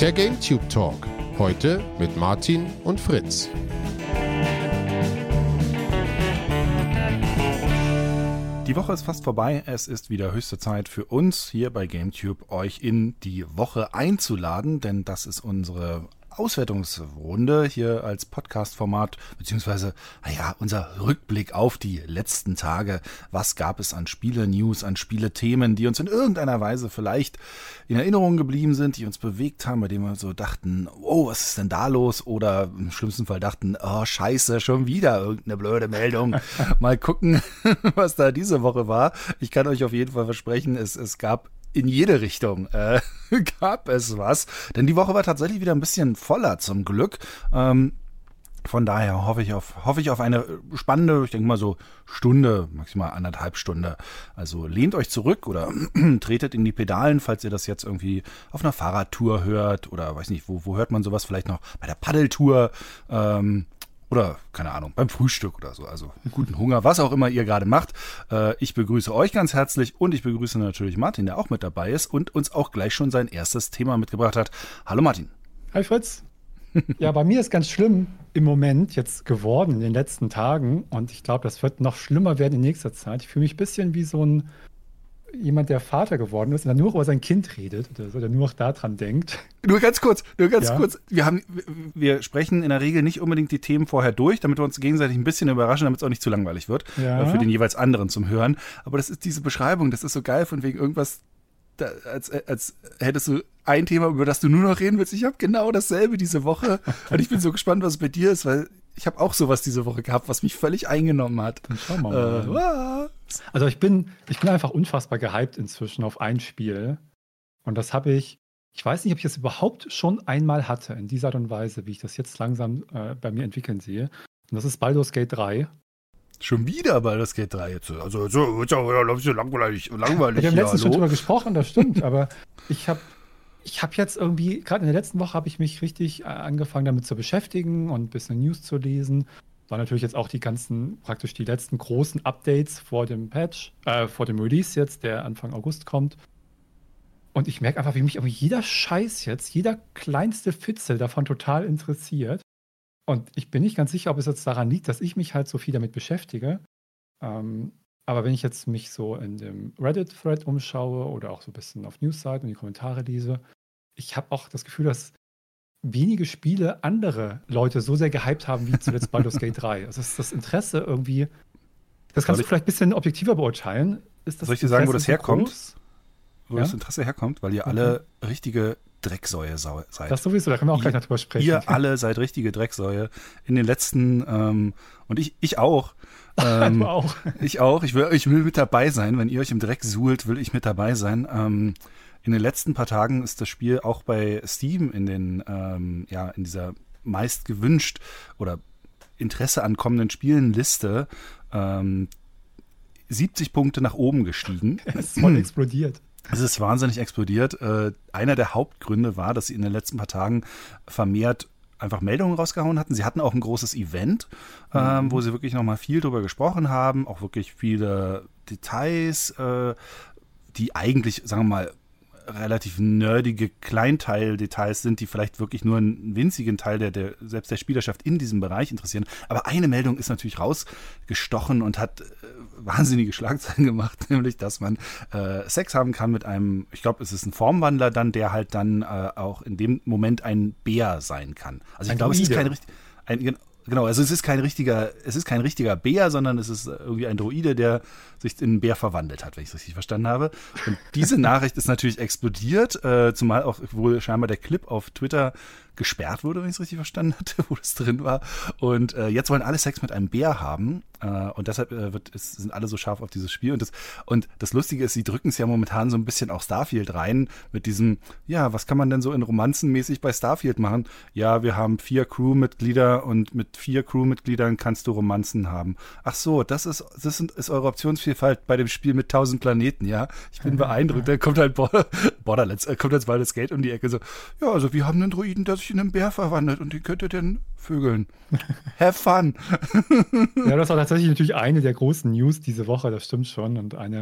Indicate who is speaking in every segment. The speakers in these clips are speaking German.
Speaker 1: Der GameTube Talk. Heute mit Martin und Fritz.
Speaker 2: Die Woche ist fast vorbei. Es ist wieder höchste Zeit für uns hier bei GameTube, euch in die Woche einzuladen, denn das ist unsere Auswertungsrunde hier als Podcast-Format, beziehungsweise, unser Rückblick auf die letzten Tage. Was gab es an Spiele-News, an Spiele-Themen, die uns in irgendeiner Weise vielleicht in Erinnerung geblieben sind, die uns bewegt haben, bei denen wir so dachten, oh, was ist denn da los? Oder im schlimmsten Fall dachten, oh, scheiße, schon wieder irgendeine blöde Meldung. Mal gucken, was da diese Woche war. Ich kann euch auf jeden Fall versprechen, es gab in jede Richtung gab es was. Denn die Woche war tatsächlich wieder ein bisschen voller zum Glück. Von daher hoffe ich auf eine spannende, ich denke mal so Stunde, maximal 1,5 Stunde. Also lehnt euch zurück oder tretet in die Pedalen, falls ihr das jetzt irgendwie auf einer Fahrradtour hört oder weiß nicht, wo hört man sowas? Vielleicht noch bei der Paddeltour. Oder, keine Ahnung, beim Frühstück oder so. Also guten Hunger, was auch immer ihr gerade macht. Ich begrüße euch ganz herzlich und ich begrüße natürlich Martin, der auch mit dabei ist und uns auch gleich schon sein erstes Thema mitgebracht hat. Hallo Martin.
Speaker 3: Hi Fritz. Ja, bei mir ist ganz schlimm im Moment jetzt geworden in den letzten Tagen und ich glaube, das wird noch schlimmer werden in nächster Zeit. Ich fühle mich ein bisschen wie so jemand, der Vater geworden ist und dann nur über sein Kind redet oder so, der nur noch daran denkt.
Speaker 2: Nur ganz kurz. Wir sprechen in der Regel nicht unbedingt die Themen vorher durch, damit wir uns gegenseitig ein bisschen überraschen, damit es auch nicht zu langweilig wird für den jeweils anderen zum Hören. Aber das ist diese Beschreibung, das ist so geil, von wegen irgendwas, als hättest du ein Thema, über das du nur noch reden willst. Ich habe genau dasselbe diese Woche und ich bin so gespannt, was es bei dir ist, weil ich habe auch sowas diese Woche gehabt, was mich völlig eingenommen hat.
Speaker 3: Dann schauen wir mal. Also ich bin einfach unfassbar gehypt inzwischen auf ein Spiel. Und das habe ich weiß nicht, ob ich das überhaupt schon einmal hatte, in dieser Art und Weise, wie ich das jetzt langsam bei mir entwickeln sehe. Und das ist Baldur's Gate 3.
Speaker 2: Schon wieder Baldur's Gate 3 jetzt. Also so wird ja langweilig.
Speaker 3: Wir haben letztens schon drüber gesprochen, das stimmt. Aber ich habe jetzt irgendwie, gerade in der letzten Woche habe ich mich richtig angefangen damit zu beschäftigen und ein bisschen News zu lesen. War natürlich jetzt auch die letzten großen Updates vor dem Patch, vor dem Release jetzt, der Anfang August kommt. Und ich merke einfach, wie mich irgendwie jeder Scheiß jetzt, jeder kleinste Fitzel davon total interessiert. Und ich bin nicht ganz sicher, ob es jetzt daran liegt, dass ich mich halt so viel damit beschäftige. Aber wenn ich jetzt mich so in dem Reddit-Thread umschaue oder auch so ein bisschen auf Newsseiten und die Kommentare lese, ich habe auch das Gefühl, dass wenige Spiele andere Leute so sehr gehypt haben wie zuletzt Baldur's Gate 3. Also ist das Interesse irgendwie, das kannst du vielleicht ein bisschen objektiver beurteilen.
Speaker 2: Soll ich dir sagen, wo das herkommt? Wo das Interesse herkommt? Weil ihr alle richtige Drecksäue seid.
Speaker 3: Das sowieso, da können wir auch gleich noch drüber sprechen.
Speaker 2: Ihr alle seid richtige Drecksäue. In den letzten, und ich auch.
Speaker 3: Du auch.
Speaker 2: Ich auch. Ich will mit dabei sein. Wenn ihr euch im Dreck suhlt, will ich mit dabei sein. In den letzten paar Tagen ist das Spiel auch bei Steam in dieser meist gewünscht oder Interesse an kommenden Spielen-Liste 70 Punkte nach oben gestiegen.
Speaker 3: Es ist voll explodiert.
Speaker 2: Es ist wahnsinnig explodiert. Einer der Hauptgründe war, dass sie in den letzten paar Tagen vermehrt einfach Meldungen rausgehauen hatten. Sie hatten auch ein großes Event, wo sie wirklich nochmal viel drüber gesprochen haben, auch wirklich viele Details, die eigentlich, sagen wir mal, relativ nerdige Kleinteil-Details sind, die vielleicht wirklich nur einen winzigen Teil der selbst der Spielerschaft in diesem Bereich interessieren. Aber eine Meldung ist natürlich rausgestochen und hat wahnsinnige Schlagzeilen gemacht, nämlich, dass man Sex haben kann mit einem, ich glaube, es ist ein Formwandler dann, der halt dann auch in dem Moment ein Bär sein kann. Also ich glaube, es ist Genau, also es ist kein richtiger Bär, sondern es ist irgendwie ein Droide, der sich in einen Bär verwandelt hat, wenn ich es richtig verstanden habe. Und diese Nachricht ist natürlich explodiert, zumal auch wohl scheinbar der Clip auf Twitter gesperrt wurde, wenn ich es richtig verstanden hatte, wo das drin war. Und jetzt wollen alle Sex mit einem Bär haben. Und deshalb sind alle so scharf auf dieses Spiel. Und das Lustige ist, sie drücken es ja momentan so ein bisschen auch Starfield rein mit diesem, ja, was kann man denn so in Romanzenmäßig bei Starfield machen? Ja, wir haben 4 Crewmitglieder und mit 4 Crewmitgliedern kannst du Romanzen haben. Ach so, das ist eure Optionsvielfalt bei dem Spiel mit 1000 Planeten, ja? Ich bin beeindruckt. Dann kommt halt Borderlands, kommt jetzt Baldur's Gate um die Ecke so, ja, also wir haben einen Droiden, der sich in einen Bär verwandelt und den könnt ihr denn vögeln. Have fun.
Speaker 3: Ja, das war tatsächlich natürlich eine der großen News diese Woche, das stimmt schon. Und eine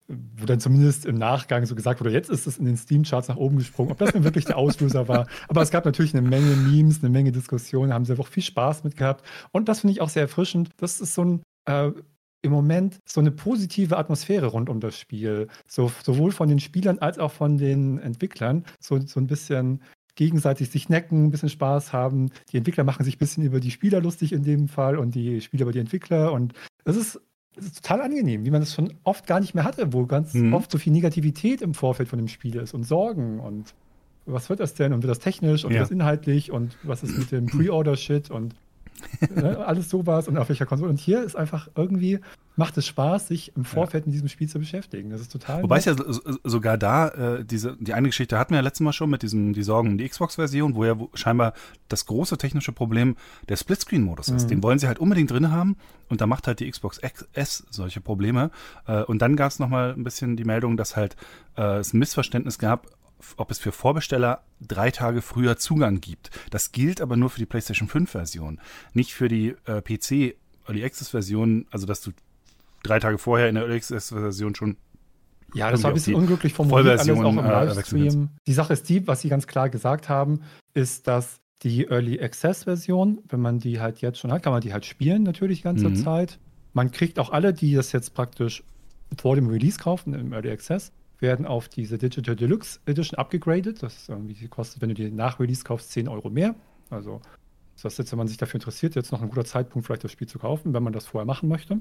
Speaker 3: wo dann zumindest im Nachgang so gesagt wurde, jetzt ist es in den Steam-Charts nach oben gesprungen, ob das denn wirklich der Auslöser war. Aber es gab natürlich eine Menge Memes, eine Menge Diskussionen, haben sie einfach viel Spaß mit gehabt. Und das finde ich auch sehr erfrischend. Das ist so ein im Moment so eine positive Atmosphäre rund um das Spiel. Sowohl von den Spielern als auch von den Entwicklern. So ein bisschen gegenseitig sich necken, ein bisschen Spaß haben. Die Entwickler machen sich ein bisschen über die Spieler lustig in dem Fall und die Spieler über die Entwickler. Und das ist total angenehm, wie man das schon oft gar nicht mehr hatte, wo ganz oft so viel Negativität im Vorfeld von dem Spiel ist und Sorgen und was wird das denn und wird das technisch und wird das inhaltlich und was ist mit dem Pre-Order-Shit und alles sowas und auf welcher Konsole. Und hier ist einfach irgendwie, macht es Spaß, sich im Vorfeld mit diesem Spiel zu beschäftigen. Das ist total
Speaker 2: Wobei es ja sogar da, die eine Geschichte hatten wir ja letztes Mal schon mit die Sorgen um die Xbox-Version, wo ja scheinbar das große technische Problem der Splitscreen-Modus ist. Den wollen sie halt unbedingt drin haben und da macht halt die Xbox S solche Probleme. Und dann gab es nochmal ein bisschen die Meldung, dass halt es ein Missverständnis gab, ob es für Vorbesteller 3 Tage früher Zugang gibt. Das gilt aber nur für die PlayStation 5-Version, nicht für die PC Early Access-Version, also dass du 3 Tage vorher in der Early Access-Version schon
Speaker 3: ja, das war ein bisschen unglücklich formuliert, alles auch im
Speaker 2: Livestream.
Speaker 3: Die Sache ist die, was sie ganz klar gesagt haben, ist, dass die Early Access-Version, wenn man die halt jetzt schon hat, kann man die halt spielen natürlich die ganze Zeit. Man kriegt auch alle, die das jetzt praktisch vor dem Release kaufen, im Early Access, werden auf diese Digital Deluxe Edition abgegradet. Das ist irgendwie, die kostet, wenn du die nach Release kaufst, 10 Euro mehr. Also ist das jetzt, wenn man sich dafür interessiert, jetzt noch ein guter Zeitpunkt, vielleicht das Spiel zu kaufen, wenn man das vorher machen möchte.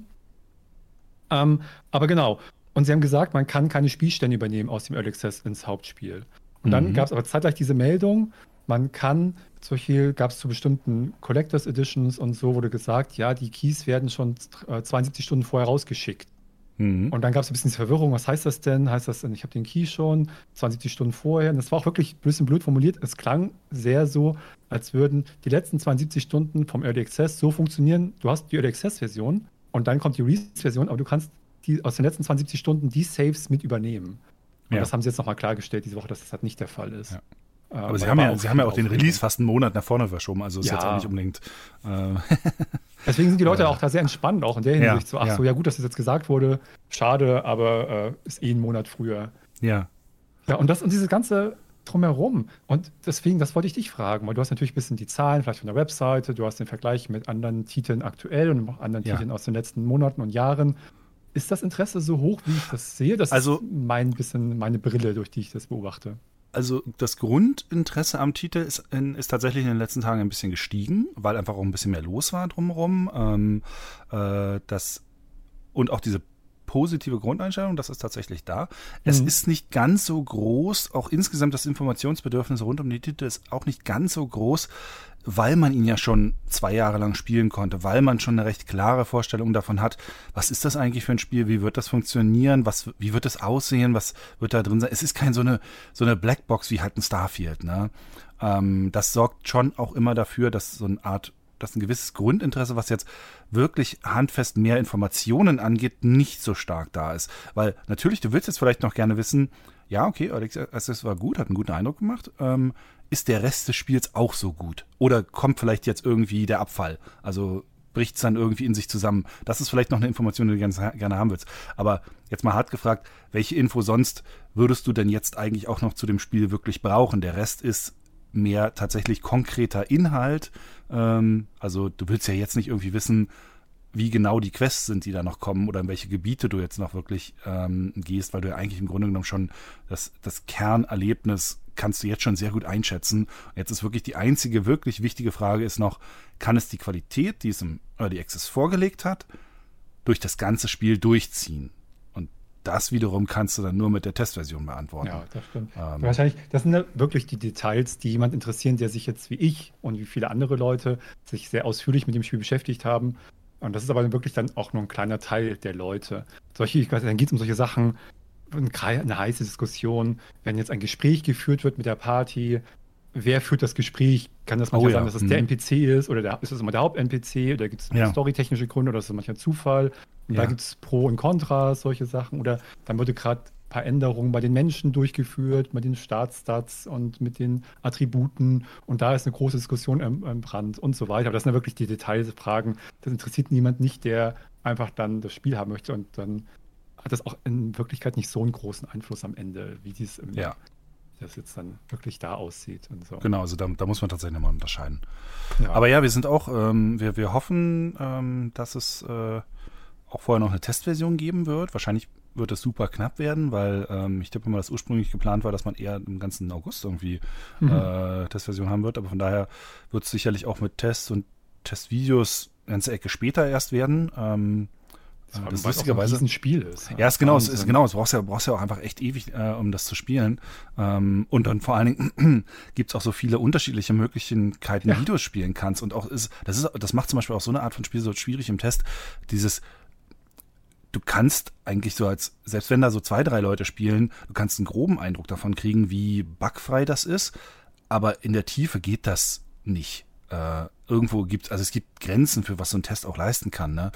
Speaker 3: Aber genau. Und sie haben gesagt, man kann keine Spielstände übernehmen aus dem Early Access ins Hauptspiel. Und dann gab es aber zeitgleich diese Meldung, man kann, gab es zu bestimmten Collectors Editions und so, wurde gesagt, ja, die Keys werden schon 72 Stunden vorher rausgeschickt. Und dann gab es ein bisschen Verwirrung, was heißt das denn? Heißt das denn, ich habe den Key schon 72 Stunden vorher? Und das war auch wirklich ein bisschen blöd formuliert. Es klang sehr so, als würden die letzten 72 Stunden vom Early Access so funktionieren. Du hast die Early Access-Version und dann kommt die Release-Version, aber du kannst aus den letzten 72 Stunden die Saves mit übernehmen. Und das haben sie jetzt nochmal klargestellt diese Woche, dass das halt nicht der Fall ist.
Speaker 2: Ja. Aber sie haben ja auch den Release fast einen Monat nach vorne verschoben, also ist jetzt auch nicht unbedingt.
Speaker 3: Deswegen sind die Leute auch da sehr entspannt, auch in der Hinsicht. Ja gut, dass das jetzt gesagt wurde, schade, aber ist einen Monat früher.
Speaker 2: Ja.
Speaker 3: Ja, und dieses ganze Drumherum. Und deswegen, das wollte ich dich fragen, weil du hast natürlich ein bisschen die Zahlen, vielleicht von der Webseite, du hast den Vergleich mit anderen Titeln aktuell und auch anderen Titeln aus den letzten Monaten und Jahren. Ist das Interesse so hoch, wie ich das sehe? Das ist meine Brille, durch die ich das beobachte.
Speaker 2: Also das Grundinteresse am Titel ist tatsächlich in den letzten Tagen ein bisschen gestiegen, weil einfach auch ein bisschen mehr los war drumherum. Und auch diese positive Grundeinstellung, das ist tatsächlich da. Es ist nicht ganz so groß, auch insgesamt das Informationsbedürfnis rund um die Titel ist auch nicht ganz so groß, weil man ihn ja schon 2 Jahre lang spielen konnte, weil man schon eine recht klare Vorstellung davon hat, was ist das eigentlich für ein Spiel, wie wird das funktionieren, wie wird das aussehen, was wird da drin sein. Es ist kein so eine Blackbox wie halt ein Starfield, ne? Das sorgt schon auch immer dafür, dass dass ein gewisses Grundinteresse, was jetzt wirklich handfest mehr Informationen angeht, nicht so stark da ist. Weil natürlich, du willst jetzt vielleicht noch gerne wissen, ja, okay, Early Access war gut, hat einen guten Eindruck gemacht, ist der Rest des Spiels auch so gut? Oder kommt vielleicht jetzt irgendwie der Abfall? Also bricht es dann irgendwie in sich zusammen? Das ist vielleicht noch eine Information, die du ganz gerne haben willst. Aber jetzt mal hart gefragt, welche Info sonst würdest du denn jetzt eigentlich auch noch zu dem Spiel wirklich brauchen? Der Rest ist mehr tatsächlich konkreter Inhalt. Also du willst ja jetzt nicht irgendwie wissen, wie genau die Quests sind, die da noch kommen oder in welche Gebiete du jetzt noch wirklich gehst, weil du ja eigentlich im Grunde genommen schon das Kernerlebnis kannst du jetzt schon sehr gut einschätzen. Und jetzt ist wirklich die einzige wirklich wichtige Frage ist noch, kann es die Qualität, die es im Early Access vorgelegt hat, durch das ganze Spiel durchziehen? Und das wiederum kannst du dann nur mit der Testversion beantworten.
Speaker 3: Ja, das stimmt. Wahrscheinlich, das sind ja wirklich die Details, die jemand interessieren, der sich jetzt wie ich und wie viele andere Leute sich sehr ausführlich mit dem Spiel beschäftigt haben. Und das ist aber wirklich dann auch nur ein kleiner Teil der Leute. Dann geht es um solche Sachen, eine heiße Diskussion, wenn jetzt ein Gespräch geführt wird mit der Party, wer führt das Gespräch? Kann das manchmal sein, dass es der NPC ist oder ist es immer der Haupt-NPC oder gibt es storytechnische Gründe oder ist es manchmal Zufall? Und da gibt es Pro und Contra, solche Sachen. Oder dann wurde gerade ein paar Änderungen bei den Menschen durchgeführt, bei den Startstats und mit den Attributen. Und da ist eine große Diskussion im Brand und so weiter. Aber das sind ja wirklich die Detailfragen. Das interessiert niemand nicht, der einfach dann das Spiel haben möchte und dann hat das auch in Wirklichkeit nicht so einen großen Einfluss am Ende, wie das jetzt dann wirklich da aussieht und so.
Speaker 2: Genau, also da muss man tatsächlich nochmal unterscheiden.
Speaker 3: Ja.
Speaker 2: Aber ja, wir sind auch, wir hoffen, dass es auch vorher noch eine Testversion geben wird. Wahrscheinlich wird es super knapp werden, weil ich tippe mal, dass ursprünglich geplant war, dass man eher im ganzen August irgendwie Testversion haben wird. Aber von daher wird es sicherlich auch mit Tests und Testvideos eine ganze Ecke später erst werden.
Speaker 3: Das lustigerweise ein Spiel ist.
Speaker 2: Ja, es brauchst ja auch einfach echt ewig, um das zu spielen. Und dann vor allen Dingen gibt es auch so viele unterschiedliche Möglichkeiten, wie du es spielen kannst. Und auch das macht zum Beispiel auch so eine Art von Spiel so schwierig im Test. Du kannst eigentlich selbst wenn da so 2, 3 Leute spielen, du kannst einen groben Eindruck davon kriegen, wie bugfrei das ist. Aber in der Tiefe geht das nicht. Es gibt Grenzen für was so ein Test auch leisten kann, ne?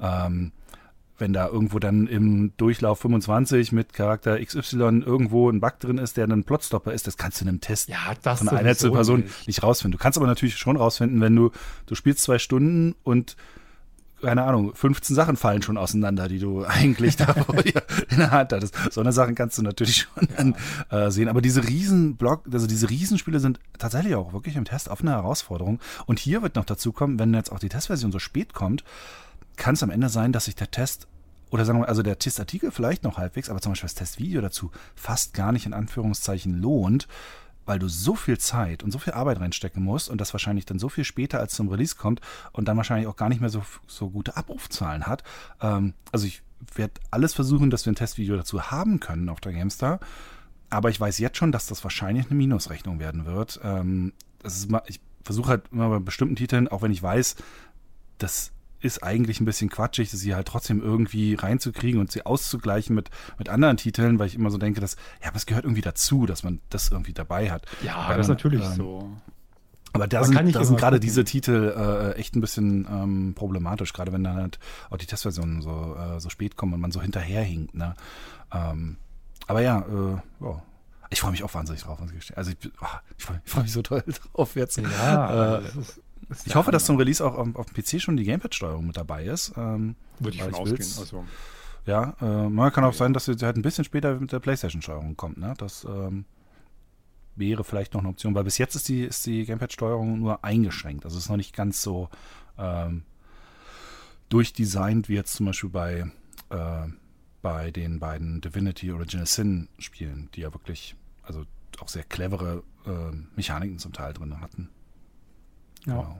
Speaker 2: Wenn da irgendwo dann im Durchlauf 25 mit Charakter XY irgendwo ein Bug drin ist, der dann ein Plotstopper ist, das kannst du in einem Test von einer Einzelperson nicht rausfinden. Du kannst aber natürlich schon rausfinden, wenn du spielst 2 Stunden und keine Ahnung, 15 Sachen fallen schon auseinander, die du eigentlich da in der Hand hattest. So eine Sachen kannst du natürlich schon sehen. Aber diese diese Riesenspiele sind tatsächlich auch wirklich im Test auf eine Herausforderung. Und hier wird noch dazu kommen, wenn jetzt auch die Testversion so spät kommt, kann es am Ende sein, dass sich der Test oder sagen wir, also der Testartikel vielleicht noch halbwegs, aber zum Beispiel das Testvideo dazu fast gar nicht in Anführungszeichen lohnt, weil du so viel Zeit und so viel Arbeit reinstecken musst und das wahrscheinlich dann so viel später als zum Release kommt und dann wahrscheinlich auch gar nicht mehr so gute Abrufzahlen hat. Also ich werde alles versuchen, dass wir ein Testvideo dazu haben können auf der GameStar, aber ich weiß jetzt schon, dass das wahrscheinlich eine Minusrechnung werden wird. Ich versuche halt immer bei bestimmten Titeln, auch wenn ich weiß, das ist eigentlich ein bisschen quatschig, sie halt trotzdem irgendwie reinzukriegen und sie auszugleichen mit anderen Titeln, weil ich immer so denke, aber es gehört irgendwie dazu, dass man das irgendwie dabei hat.
Speaker 3: Ja, das ist natürlich so.
Speaker 2: Aber da sind gerade diese Titel echt ein bisschen problematisch, gerade wenn dann halt auch die Testversionen so spät kommen und man so hinterherhinkt. Ne? Aber ja, ich freue mich auch wahnsinnig drauf. Also ich freue mich so toll drauf jetzt.
Speaker 3: Ja,
Speaker 2: ich hoffe, dass zum Release auch auf dem PC schon die Gamepad-Steuerung mit dabei ist.
Speaker 3: Würde ich von ausgehen. Also.
Speaker 2: Ja, man kann auch sein, dass sie halt ein bisschen später mit der PlayStation-Steuerung kommt. Ne? Das wäre vielleicht noch eine Option, weil bis jetzt ist die Gamepad-Steuerung nur eingeschränkt. Also es ist noch nicht ganz so durchdesignt wie jetzt zum Beispiel bei den beiden Divinity Original Sin Spielen, die ja wirklich also auch sehr clevere Mechaniken zum Teil drin hatten.
Speaker 3: Ja.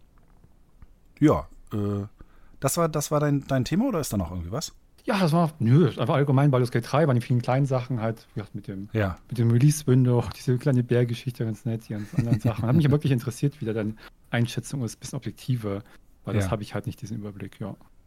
Speaker 2: Genau. Ja, das war dein Thema oder ist da noch irgendwie was?
Speaker 3: Ja, das war einfach allgemein Baldur's Gate 3, waren die vielen kleinen Sachen halt, mit dem Release-Window, diese kleine Bärgeschichte ganz nett, die ganzen anderen Sachen. Hat mich ja wirklich interessiert, wie da deine Einschätzung ist, ein bisschen objektiver, weil das habe ich halt nicht, diesen Überblick,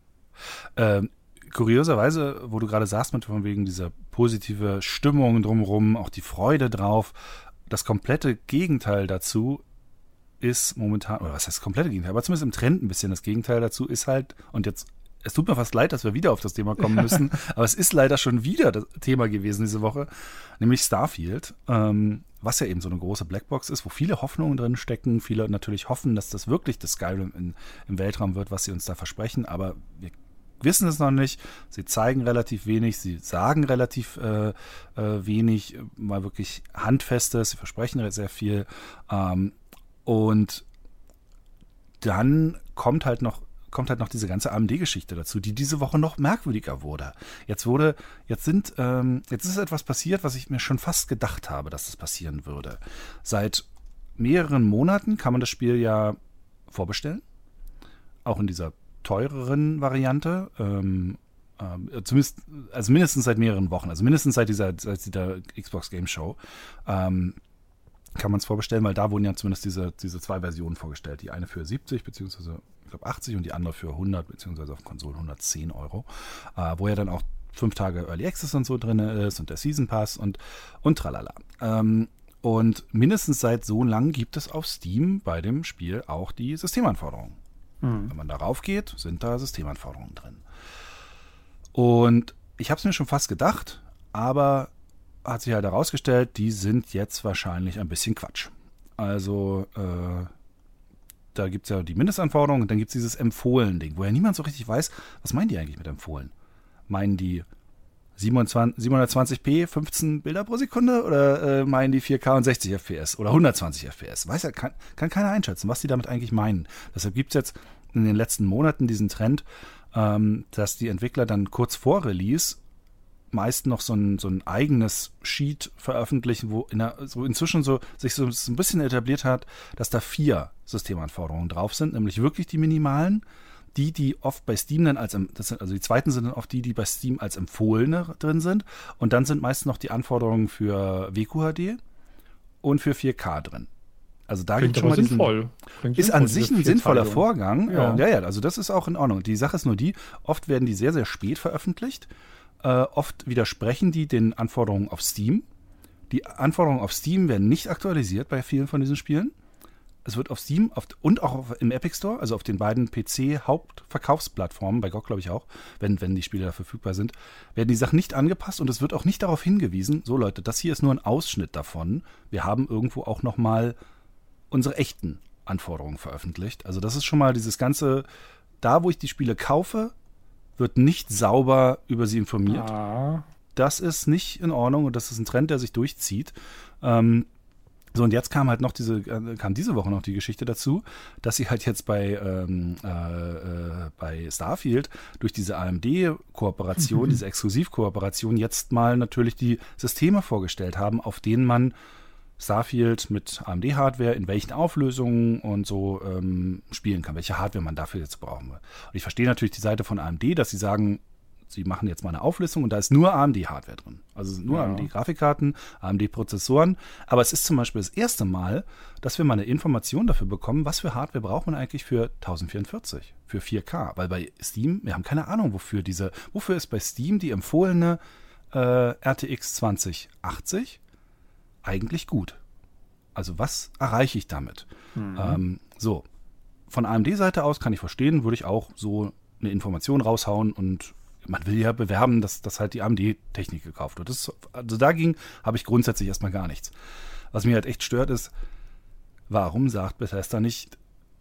Speaker 2: Kurioserweise, wo du gerade sagst, von wegen dieser positive Stimmung drumherum, auch die Freude drauf, das komplette Gegenteil dazu ist momentan, oder was heißt das komplette Gegenteil, aber zumindest im Trend ein bisschen das Gegenteil dazu ist halt, und jetzt, es tut mir fast leid, dass wir wieder auf das Thema kommen müssen, aber es ist leider schon wieder das Thema gewesen diese Woche, nämlich Starfield, was ja eben so eine große Blackbox ist, wo viele Hoffnungen drin stecken, viele natürlich hoffen, dass das wirklich das Skyrim im Weltraum wird, was sie uns da versprechen, aber wir wissen es noch nicht, sie zeigen relativ wenig, sie sagen relativ wenig, mal wirklich Handfestes, sie versprechen sehr viel, und dann kommt halt noch diese ganze AMD-Geschichte dazu, die diese Woche noch merkwürdiger wurde. Jetzt ist etwas passiert, was ich mir schon fast gedacht habe, dass das passieren würde. Seit mehreren Monaten kann man das Spiel ja vorbestellen, auch in dieser teureren Variante, zumindest, also mindestens seit mehreren Wochen, also mindestens seit dieser Xbox Game Show, kann man es vorbestellen, weil da wurden ja zumindest diese 2 Versionen vorgestellt. Die eine für 70 beziehungsweise ich glaube 80 und die andere für 100 beziehungsweise auf Konsolen 110 €, wo ja dann auch 5 Tage Early Access und so drin ist und der Season Pass und tralala. Und mindestens seit so lang gibt es auf Steam bei dem Spiel auch die Systemanforderungen. Wenn man darauf geht, sind da Systemanforderungen drin. Und ich habe es mir schon fast gedacht, aber hat sich halt herausgestellt, die sind jetzt wahrscheinlich ein bisschen Quatsch. Also da gibt es ja die Mindestanforderungen und dann gibt es dieses Empfohlen-Ding, wo ja niemand so richtig weiß, was meinen die eigentlich mit empfohlen? Meinen die 720p, 15 Bilder pro Sekunde oder meinen die 4K und 60 FPS oder 120 FPS? Weiß ja, kann keiner einschätzen, was die damit eigentlich meinen. Deshalb gibt es jetzt in den letzten Monaten diesen Trend, dass die Entwickler dann kurz vor Release meist noch so ein eigenes Sheet veröffentlichen, wo inzwischen sich so ein bisschen etabliert hat, dass da 4 Systemanforderungen drauf sind, nämlich wirklich die minimalen, die oft bei Steam dann also die zweiten sind dann oft die bei Steam als empfohlene drin sind, und dann sind meist noch die Anforderungen für WQHD und für 4K drin. Also da gibt es schon mal
Speaker 3: sinnvoll.
Speaker 2: Ist an sich ein sinnvoller Vorgang.
Speaker 3: Ja.
Speaker 2: Ja, also das ist auch in Ordnung. Die Sache ist nur die, oft werden die sehr, sehr spät veröffentlicht. Oft widersprechen die den Anforderungen auf Steam. Die Anforderungen auf Steam werden nicht aktualisiert bei vielen von diesen Spielen. Es wird auf Steam und auch im Epic Store, also auf den beiden PC-Hauptverkaufsplattformen, bei GOG glaube ich auch, wenn die Spiele da verfügbar sind, werden die Sachen nicht angepasst, und es wird auch nicht darauf hingewiesen, so Leute, das hier ist nur ein Ausschnitt davon. Wir haben irgendwo auch nochmal unsere echten Anforderungen veröffentlicht. Also das ist schon mal dieses ganze, da wo ich die Spiele kaufe, wird nicht sauber über sie informiert.
Speaker 3: Ah.
Speaker 2: Das ist nicht in Ordnung, und das ist ein Trend, der sich durchzieht. So, und jetzt kam diese Woche noch die Geschichte dazu, dass sie halt jetzt bei Starfield durch diese AMD-Kooperation, diese Exklusivkooperation, jetzt mal natürlich die Systeme vorgestellt haben, auf denen man Starfield mit AMD-Hardware in welchen Auflösungen und so spielen kann, welche Hardware man dafür jetzt brauchen will. Und ich verstehe natürlich die Seite von AMD, dass sie sagen, sie machen jetzt mal eine Auflistung und da ist nur AMD-Hardware drin. Also nur AMD-Grafikkarten, AMD-Prozessoren. Aber es ist zum Beispiel das erste Mal, dass wir mal eine Information dafür bekommen, was für Hardware braucht man eigentlich für 1044, für 4K. Weil bei Steam, wir haben keine Ahnung, wofür ist bei Steam die empfohlene RTX 2080 eigentlich gut. Also was erreiche ich damit? So, von AMD-Seite aus kann ich verstehen, würde ich auch so eine Information raushauen, und man will ja bewerben, dass halt die AMD-Technik gekauft wird. Also dagegen habe ich grundsätzlich erstmal gar nichts. Was mir halt echt stört ist, warum macht Bethesda nicht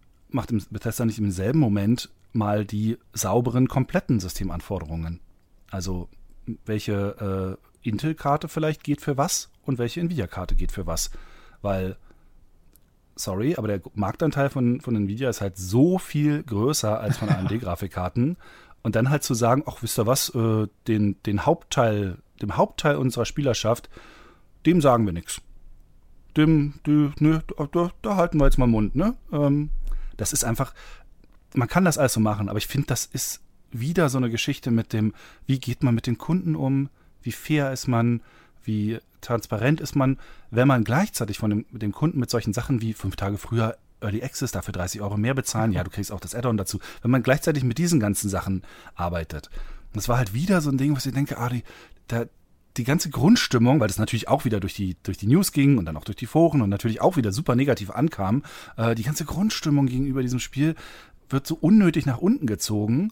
Speaker 2: im selben Moment mal die sauberen, kompletten Systemanforderungen? Also welche Intel-Karte vielleicht geht für was und welche Nvidia-Karte geht für was. Weil, sorry, aber der Marktanteil von Nvidia ist halt so viel größer als von AMD-Grafikkarten. Und dann halt zu sagen, ach, wisst ihr was, dem Hauptteil unserer Spielerschaft, dem sagen wir nichts. Da halten wir jetzt mal Mund, ne? Das ist einfach, man kann das alles so machen, aber ich finde, das ist wieder so eine Geschichte mit dem, wie geht man mit den Kunden um, wie fair ist man, wie transparent ist man, wenn man gleichzeitig mit dem Kunden mit solchen Sachen wie 5 Tage früher Early Access, dafür 30 € mehr bezahlen, ja, du kriegst auch das Add-on dazu, wenn man gleichzeitig mit diesen ganzen Sachen arbeitet. Und das war halt wieder so ein Ding, was ich denke, die ganze Grundstimmung, weil das natürlich auch wieder durch die News ging und dann auch durch die Foren und natürlich auch wieder super negativ ankam, die ganze Grundstimmung gegenüber diesem Spiel wird so unnötig nach unten gezogen,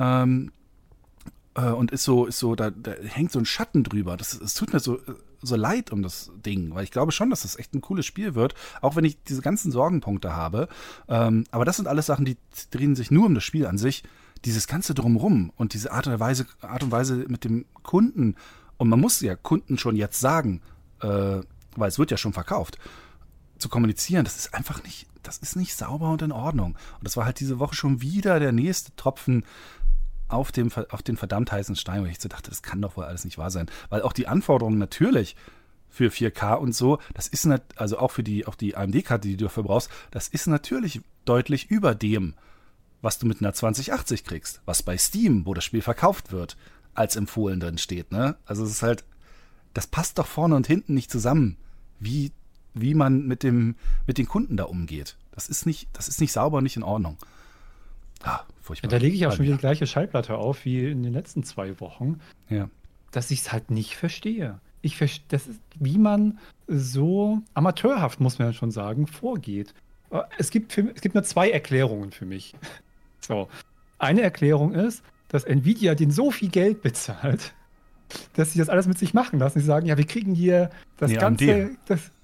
Speaker 2: und ist so, da hängt so ein Schatten drüber. Es tut mir so leid um das Ding, weil ich glaube schon, dass das echt ein cooles Spiel wird, auch wenn ich diese ganzen Sorgenpunkte habe. Aber das sind alles Sachen, die drehen sich nur um das Spiel an sich. Dieses ganze Drumrum und diese Art und Weise mit dem Kunden. Und man muss ja Kunden schon jetzt sagen, weil es wird ja schon verkauft, zu kommunizieren, das ist nicht sauber und in Ordnung. Und das war halt diese Woche schon wieder der nächste Tropfen auf den verdammt heißen Stein, wo ich so dachte, das kann doch wohl alles nicht wahr sein. Weil auch die Anforderungen natürlich für 4K und so, das ist also auch die AMD-Karte, die du dafür brauchst, das ist natürlich deutlich über dem, was du mit einer 2080 kriegst, was bei Steam, wo das Spiel verkauft wird, als empfohlen drin steht. Ne? Also es ist halt, das passt doch vorne und hinten nicht zusammen, wie man mit den Kunden da umgeht. Das ist nicht sauber und nicht in Ordnung. Furchtbar.
Speaker 3: Da lege ich auch schon wieder die gleiche Schallplatte auf wie in den letzten 2 Wochen,
Speaker 2: ja,
Speaker 3: dass ich es halt nicht verstehe. Das ist, wie man so amateurhaft, muss man ja schon sagen, vorgeht. Es gibt nur 2 Erklärungen für mich. So. Eine Erklärung ist, dass Nvidia denen so viel Geld bezahlt, dass sie das alles mit sich machen lassen. Sie sagen, ja, wir kriegen hier das
Speaker 2: nee,
Speaker 3: ganze...
Speaker 2: AMD.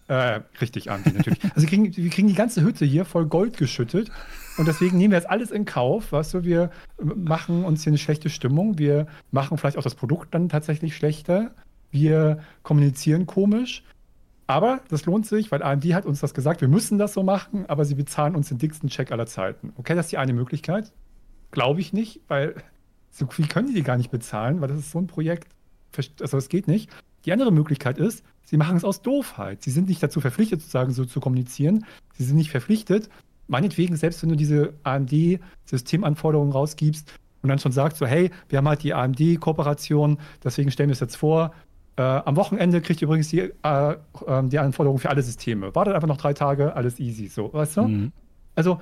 Speaker 3: Richtig, AMD natürlich. Also wir kriegen die ganze Hütte hier voll Gold geschüttet und deswegen nehmen wir jetzt alles in Kauf, weißt du, wir machen uns hier eine schlechte Stimmung, wir machen vielleicht auch das Produkt dann tatsächlich schlechter, wir kommunizieren komisch, aber das lohnt sich, weil AMD hat uns das gesagt, wir müssen das so machen, aber sie bezahlen uns den dicksten Check aller Zeiten. Okay, das ist die eine Möglichkeit. Glaube ich nicht, weil so viel können die gar nicht bezahlen, weil das ist so ein Projekt, also das geht nicht. Die andere Möglichkeit ist, sie machen es aus Doofheit. Sie sind nicht dazu verpflichtet, sozusagen so zu kommunizieren. Sie sind nicht verpflichtet. Meinetwegen, selbst wenn du diese AMD-Systemanforderungen rausgibst und dann schon sagst, so, hey, wir haben halt die AMD-Kooperation, deswegen stellen wir es jetzt vor. Am Wochenende kriegt ihr übrigens die Anforderungen für alle Systeme. Wartet einfach noch 3 Tage, alles easy, so, weißt du? Mhm. Also,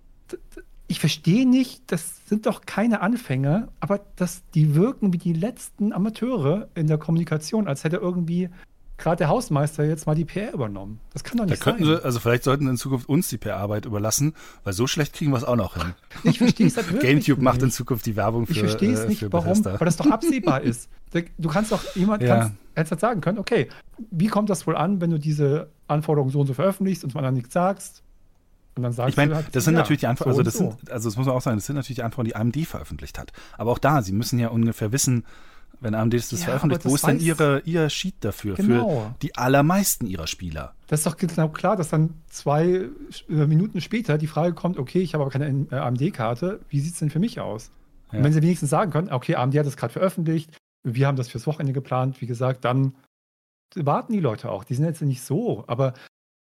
Speaker 3: ich verstehe nicht, das sind doch keine Anfänger, aber die wirken wie die letzten Amateure in der Kommunikation, als hätte irgendwie gerade der Hausmeister jetzt mal die PR übernommen. Das kann doch nicht sein.
Speaker 2: Also vielleicht sollten in Zukunft uns die PR-Arbeit überlassen, weil so schlecht kriegen wir es auch noch hin.
Speaker 3: Ich verstehe es halt wirklich
Speaker 2: GameCube macht in Zukunft die Werbung für
Speaker 3: Ich verstehe es nicht, warum, weil das doch absehbar ist. Du kannst doch, hätte halt sagen können, okay, wie kommt das wohl an, wenn du diese Anforderungen so und so veröffentlichst und man dann nichts sagst? Und dann sagst
Speaker 2: ich meine,
Speaker 3: halt,
Speaker 2: das sind natürlich die Anforderungen, das muss man auch sagen, das sind natürlich die Anforderungen, die AMD veröffentlicht hat. Aber auch da, sie müssen ja ungefähr wissen, wenn AMD das veröffentlicht, wo ist denn ihr Sheet dafür, für die allermeisten ihrer Spieler?
Speaker 3: Das ist doch genau klar, dass dann 2 Minuten später die Frage kommt, okay, ich habe aber keine AMD-Karte, wie sieht es denn für mich aus? Ja. Und wenn sie wenigstens sagen können, okay, AMD hat das gerade veröffentlicht, wir haben das fürs Wochenende geplant, wie gesagt, dann warten die Leute auch. Die sind jetzt nicht so, aber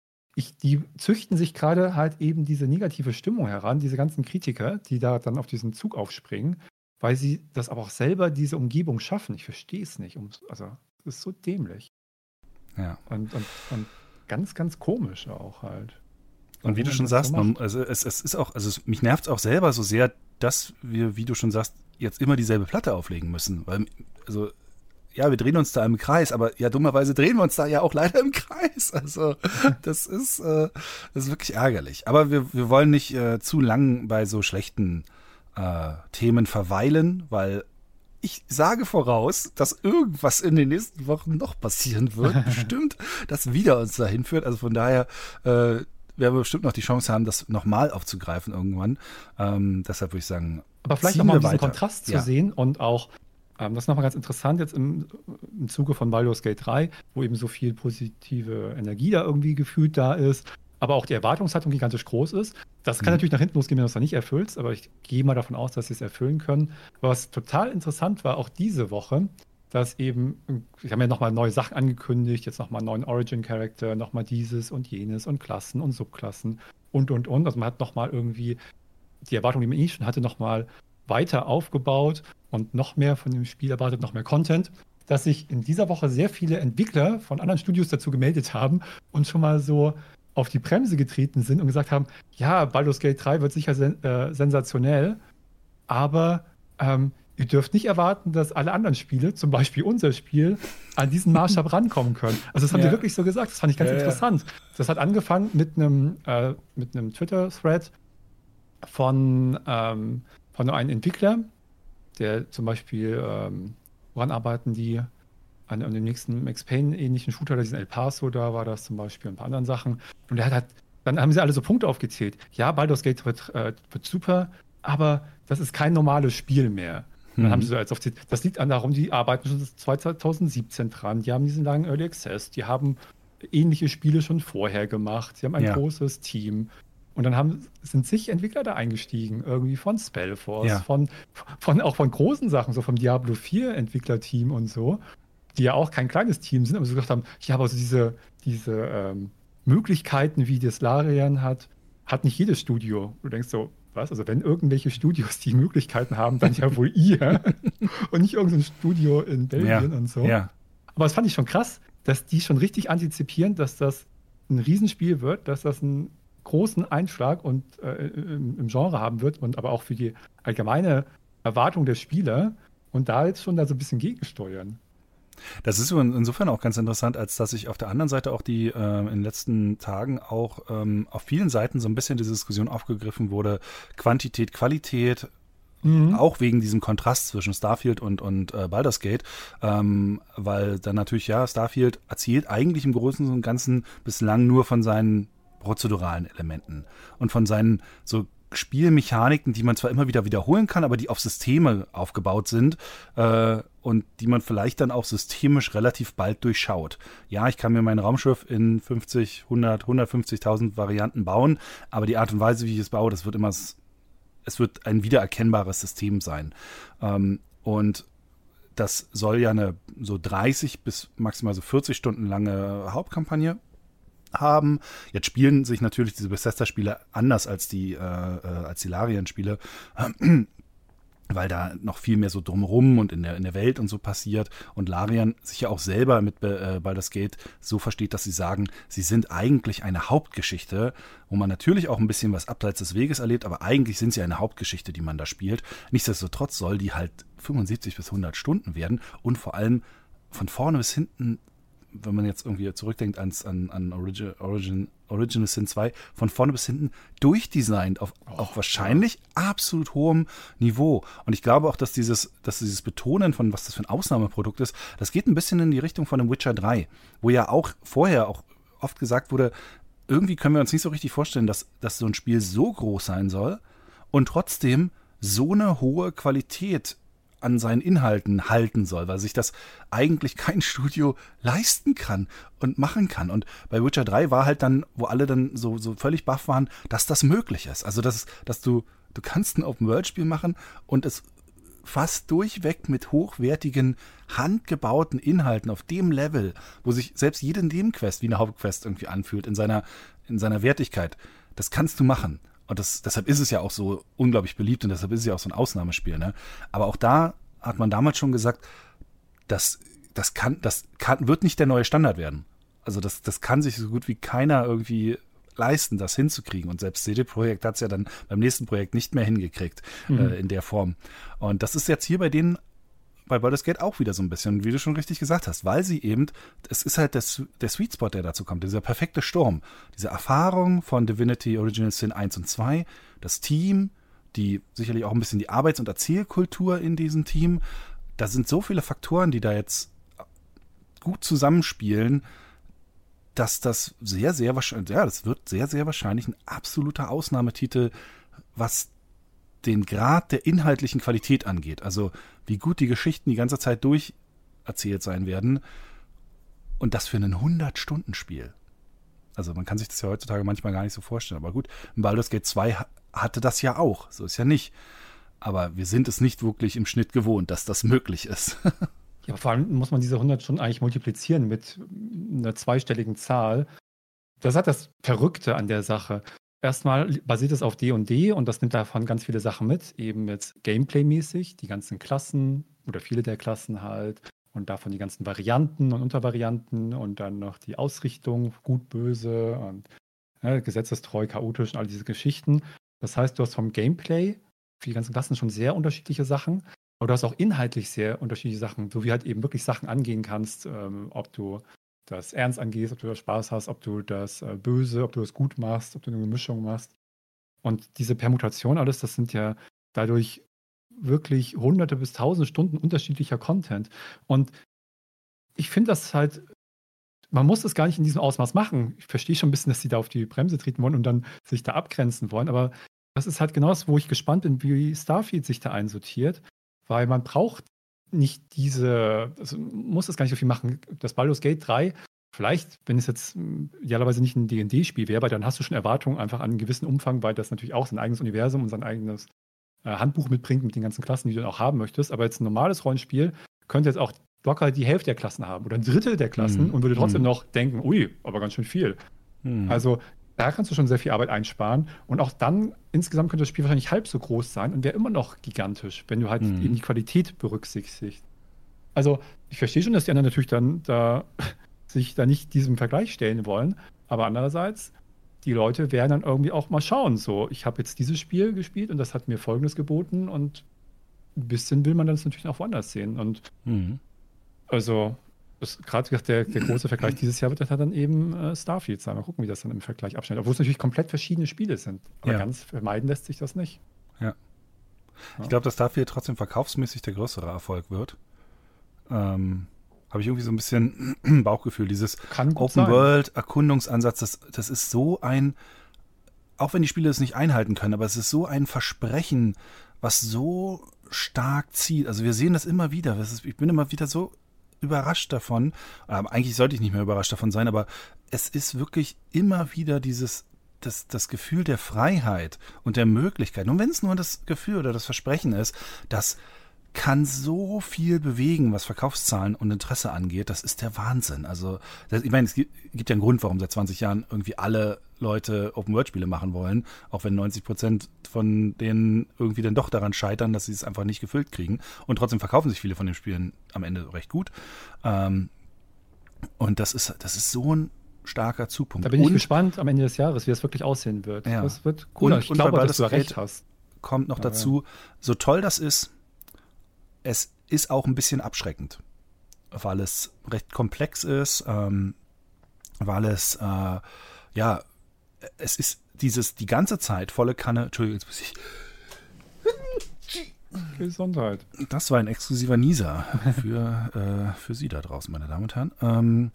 Speaker 3: die züchten sich gerade halt eben diese negative Stimmung heran, diese ganzen Kritiker, die da dann auf diesen Zug aufspringen, weil sie das aber auch selber diese Umgebung schaffen. Ich verstehe es nicht. Also, das ist so dämlich.
Speaker 2: Ja.
Speaker 3: Und ganz, ganz komisch auch halt.
Speaker 2: Und wie du schon sagst, es ist auch, also mich nervt es auch selber so sehr, dass wir, wie du schon sagst, jetzt immer dieselbe Platte auflegen müssen. Weil, also, ja, wir drehen uns da im Kreis, aber ja, dummerweise drehen wir uns da ja auch leider im Kreis. Also, das ist wirklich ärgerlich. Aber wir wollen nicht zu lang bei so schlechten Themen verweilen, weil ich sage voraus, dass irgendwas in den nächsten Wochen noch passieren wird, bestimmt, das wieder uns dahin führt. Also von daher werden wir bestimmt noch die Chance haben, das nochmal aufzugreifen irgendwann. Deshalb würde ich sagen,
Speaker 3: aber vielleicht nochmal diesen Kontrast zu sehen und auch, das ist nochmal ganz interessant jetzt im Zuge von Baldur's Gate 3, wo eben so viel positive Energie da irgendwie gefühlt da ist, aber auch die Erwartungshaltung gigantisch groß ist. Das kann natürlich nach hinten losgehen, wenn du es dann nicht erfüllst, aber ich gehe mal davon aus, dass sie es erfüllen können. Aber was total interessant war, auch diese Woche, dass eben, ich habe ja nochmal neue Sachen angekündigt, jetzt nochmal einen neuen Origin-Charakter, nochmal dieses und jenes und Klassen und Subklassen und. Also man hat nochmal irgendwie die Erwartung, die man schon hatte, nochmal weiter aufgebaut und noch mehr von dem Spiel erwartet, noch mehr Content, dass sich in dieser Woche sehr viele Entwickler von anderen Studios dazu gemeldet haben und schon mal so auf die Bremse getreten sind und gesagt haben, ja, Baldur's Gate 3 wird sicher sensationell, aber ihr dürft nicht erwarten, dass alle anderen Spiele, zum Beispiel unser Spiel, an diesen Maßstab rankommen können. Also das haben die wirklich so gesagt, das fand ich ganz interessant. Das hat angefangen mit einem Twitter-Thread von einem Entwickler, der zum Beispiel, woran arbeiten die? An dem nächsten Max Payne-ähnlichen Shooter, diesen El Paso, da war das zum Beispiel, und ein paar anderen Sachen. Und dann haben sie alle so Punkte aufgezählt. Ja, Baldur's Gate wird super, aber das ist kein normales Spiel mehr. Und dann haben sie so als aufzählt, das liegt darum, die arbeiten schon seit 2017 dran, die haben diesen langen Early Access, die haben ähnliche Spiele schon vorher gemacht, sie haben ein großes Team. Und dann sind zig Entwickler da eingestiegen, irgendwie von Spellforce, auch von großen Sachen, so vom Diablo 4 Entwicklerteam und so, die ja auch kein kleines Team sind, aber so gesagt haben, ja, aber so diese Möglichkeiten, wie das Larian hat nicht jedes Studio. Du denkst so, was? Also wenn irgendwelche Studios die Möglichkeiten haben, dann ja wohl ihr und nicht irgendein Studio in Belgien und so. Ja. Aber das fand ich schon krass, dass die schon richtig antizipieren, dass das ein Riesenspiel wird, dass das einen großen Einschlag und im Genre haben wird und aber auch für die allgemeine Erwartung der Spieler und da jetzt schon da so ein bisschen gegensteuern.
Speaker 2: Das ist insofern auch ganz interessant, als dass ich auf der anderen Seite auch in den letzten Tagen auch auf vielen Seiten so ein bisschen die Diskussion aufgegriffen wurde, Quantität, Qualität, Auch wegen diesem Kontrast zwischen Starfield und Baldur's Gate, weil dann natürlich, ja, Starfield erzählt eigentlich im Großen und Ganzen bislang nur von seinen prozeduralen Elementen und von seinen so Spielmechaniken, die man zwar immer wieder wiederholen kann, aber die auf Systeme aufgebaut sind und die man vielleicht dann auch systemisch relativ bald durchschaut. Ja, ich kann mir mein Raumschiff in 50, 100, 150.000 Varianten bauen, aber die Art und Weise, wie ich es baue, es wird ein wiedererkennbares System sein. Und das soll ja eine so 30 bis maximal so 40 Stunden lange Hauptkampagne haben. Jetzt spielen sich natürlich diese Bethesda-Spiele anders als die Larian-Spiele, weil da noch viel mehr so drumherum und in der Welt und so passiert und Larian sich ja auch selber mit Baldur's Gate so versteht, dass sie sagen, sie sind eigentlich eine Hauptgeschichte, wo man natürlich auch ein bisschen was abseits des Weges erlebt, aber eigentlich sind sie eine Hauptgeschichte, die man da spielt. Nichtsdestotrotz soll die halt 75 bis 100 Stunden werden und vor allem von vorne bis hinten, wenn man jetzt irgendwie zurückdenkt an Original Sin 2, von vorne bis hinten durchdesignt auf wahrscheinlich absolut hohem Niveau. Und ich glaube auch, dass dieses Betonen von, was das für ein Ausnahmeprodukt ist, das geht ein bisschen in die Richtung von dem Witcher 3, wo ja auch vorher auch oft gesagt wurde, irgendwie können wir uns nicht so richtig vorstellen, dass so ein Spiel so groß sein soll und trotzdem so eine hohe Qualität an seinen Inhalten halten soll, weil sich das eigentlich kein Studio leisten kann und machen kann. Und bei Witcher 3 war halt dann, wo alle dann so völlig baff waren, dass das möglich ist. Also, dass du kannst ein Open-World-Spiel machen und es fast durchweg mit hochwertigen, handgebauten Inhalten auf dem Level, wo sich selbst jede Nebenquest wie eine Hauptquest irgendwie anfühlt, in seiner Wertigkeit. Das kannst du machen. Und deshalb ist es ja auch so unglaublich beliebt und deshalb ist es ja auch so ein Ausnahmespiel. Ne? Aber auch da hat man damals schon gesagt, das wird nicht der neue Standard werden. Also das kann sich so gut wie keiner irgendwie leisten, das hinzukriegen. Und selbst CD Projekt hat es ja dann beim nächsten Projekt nicht mehr hingekriegt in der Form. Und das ist jetzt hier bei Baldur's Gate auch wieder so ein bisschen, wie du schon richtig gesagt hast, weil sie eben, es ist halt der Sweet Spot, der dazu kommt, dieser perfekte Sturm, diese Erfahrung von Divinity Original Sin 1 und 2, das Team, die sicherlich auch ein bisschen die Arbeits- und Erzählkultur in diesem Team, da sind so viele Faktoren, die da jetzt gut zusammenspielen, dass das sehr, sehr wahrscheinlich, ja, das wird sehr, sehr wahrscheinlich ein absoluter Ausnahmetitel, was den Grad der inhaltlichen Qualität angeht. Also wie gut die Geschichten die ganze Zeit durcherzählt sein werden. Und das für ein 100-Stunden-Spiel. Also man kann sich das ja heutzutage manchmal gar nicht so vorstellen. Aber gut, Baldur's Gate 2 hatte das ja auch. So ist ja nicht. Aber wir sind es nicht wirklich im Schnitt gewohnt, dass das möglich ist.
Speaker 3: Ja, vor allem muss man diese 100 Stunden eigentlich multiplizieren mit einer zweistelligen Zahl. Das hat das Verrückte an der Sache. Erstmal basiert es auf D&D und das nimmt davon ganz viele Sachen mit, eben jetzt Gameplay-mäßig, die ganzen Klassen oder viele der Klassen halt und davon die ganzen Varianten und Untervarianten und dann noch die Ausrichtung, gut, böse und gesetzestreu, chaotisch und all diese Geschichten. Das heißt, du hast vom Gameplay für die ganzen Klassen schon sehr unterschiedliche Sachen, aber du hast auch inhaltlich sehr unterschiedliche Sachen, so wie halt eben wirklich Sachen angehen kannst, ob du das ernst angehst, ob du da Spaß hast, ob du das böse, ob du das gut machst, ob du eine Mischung machst. Und diese Permutation, alles, das sind ja dadurch wirklich hunderte bis tausende Stunden unterschiedlicher Content. Und ich finde das halt, man muss das gar nicht in diesem Ausmaß machen. Ich verstehe schon ein bisschen, dass sie da auf die Bremse treten wollen und dann sich da abgrenzen wollen. Aber das ist halt genau das, wo ich gespannt bin, wie Starfield sich da einsortiert. Weil man braucht nicht also muss das gar nicht so viel machen. Das Baldur's Gate 3, vielleicht, wenn es jetzt idealerweise nicht ein D&D-Spiel wäre, weil dann hast du schon Erwartungen einfach an einen gewissen Umfang, weil das natürlich auch sein eigenes Universum und sein eigenes Handbuch mitbringt mit den ganzen Klassen, die du dann auch haben möchtest. Aber jetzt ein normales Rollenspiel könnte jetzt auch locker die Hälfte der Klassen haben oder ein Drittel der Klassen und würde trotzdem noch denken, ui, aber ganz schön viel. Also da kannst du schon sehr viel Arbeit einsparen und auch dann insgesamt könnte das Spiel wahrscheinlich halb so groß sein und wäre immer noch gigantisch, wenn du halt eben die Qualität berücksichtigst. Also ich verstehe schon, dass die anderen natürlich dann sich da nicht diesem Vergleich stellen wollen, aber andererseits, die Leute werden dann irgendwie auch mal schauen, so, ich habe jetzt dieses Spiel gespielt und das hat mir Folgendes geboten und ein bisschen will man das natürlich auch woanders sehen und also gerade der große Vergleich dieses Jahr wird das dann eben Starfield sein. Mal gucken, wie das dann im Vergleich abschneidet. Obwohl es natürlich komplett verschiedene Spiele sind. Aber ganz vermeiden lässt sich das nicht.
Speaker 2: Ja. Ich glaube, dass dafür trotzdem verkaufsmäßig der größere Erfolg wird. Habe ich irgendwie so ein bisschen Bauchgefühl. Dieses Open-World-Erkundungsansatz, das ist so ein, auch wenn die Spiele es nicht einhalten können, aber es ist so ein Versprechen, was so stark zieht. Also wir sehen das immer wieder. Ich bin immer wieder so überrascht davon. Eigentlich sollte ich nicht mehr überrascht davon sein, aber es ist wirklich immer wieder das Gefühl der Freiheit und der Möglichkeit. Und wenn es nur das Gefühl oder das Versprechen ist, das kann so viel bewegen, was Verkaufszahlen und Interesse angeht. Das ist der Wahnsinn. Also, ich meine, es gibt ja einen Grund, warum seit 20 Jahren irgendwie alle Leute Open-World-Spiele machen wollen, auch wenn 90% von denen irgendwie dann doch daran scheitern, dass sie es einfach nicht gefüllt kriegen. Und trotzdem verkaufen sich viele von den Spielen am Ende recht gut. Und das ist so ein starker Zugpunkt.
Speaker 3: Da bin ich gespannt am Ende des Jahres, wie es wirklich aussehen wird.
Speaker 2: Ja.
Speaker 3: Das wird cool. Ich glaube, dass du recht hast.
Speaker 2: Kommt noch dazu, so toll das ist, es ist auch ein bisschen abschreckend, weil es recht komplex ist, weil es, es ist die ganze Zeit volle Kanne, Entschuldigung, jetzt muss ich.
Speaker 3: Gesundheit.
Speaker 2: Das war ein exklusiver Nieser für Sie da draußen, meine Damen und Herren.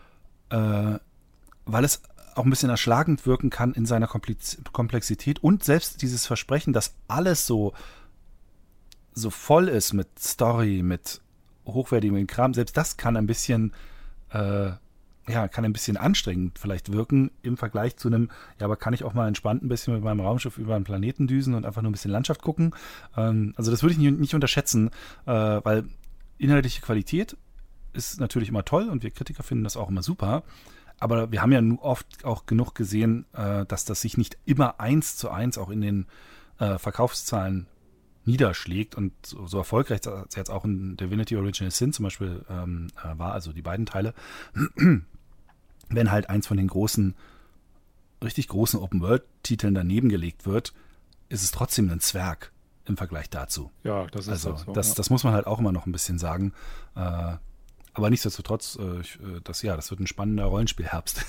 Speaker 2: Weil es auch ein bisschen erschlagend wirken kann in seiner Komplexität und selbst dieses Versprechen, dass alles so voll ist mit Story, mit hochwertigem Kram, selbst das kann ein bisschen anstrengend vielleicht wirken im Vergleich zu einem, aber kann ich auch mal entspannt ein bisschen mit meinem Raumschiff über einen Planeten düsen und einfach nur ein bisschen Landschaft gucken. Also das würde ich nicht unterschätzen, weil inhaltliche Qualität ist natürlich immer toll und wir Kritiker finden das auch immer super. Aber wir haben ja oft auch genug gesehen, dass das sich nicht immer 1:1 auch in den Verkaufszahlen niederschlägt und so erfolgreich es jetzt auch in Divinity Original Sin zum Beispiel war, also die beiden Teile, wenn halt eins von den richtig großen Open-World-Titeln daneben gelegt wird, ist es trotzdem ein Zwerg im Vergleich dazu.
Speaker 3: Ja, das ist
Speaker 2: also
Speaker 3: so.
Speaker 2: Das muss man halt auch immer noch ein bisschen sagen. Aber nichtsdestotrotz, das wird ein spannender Rollenspielherbst.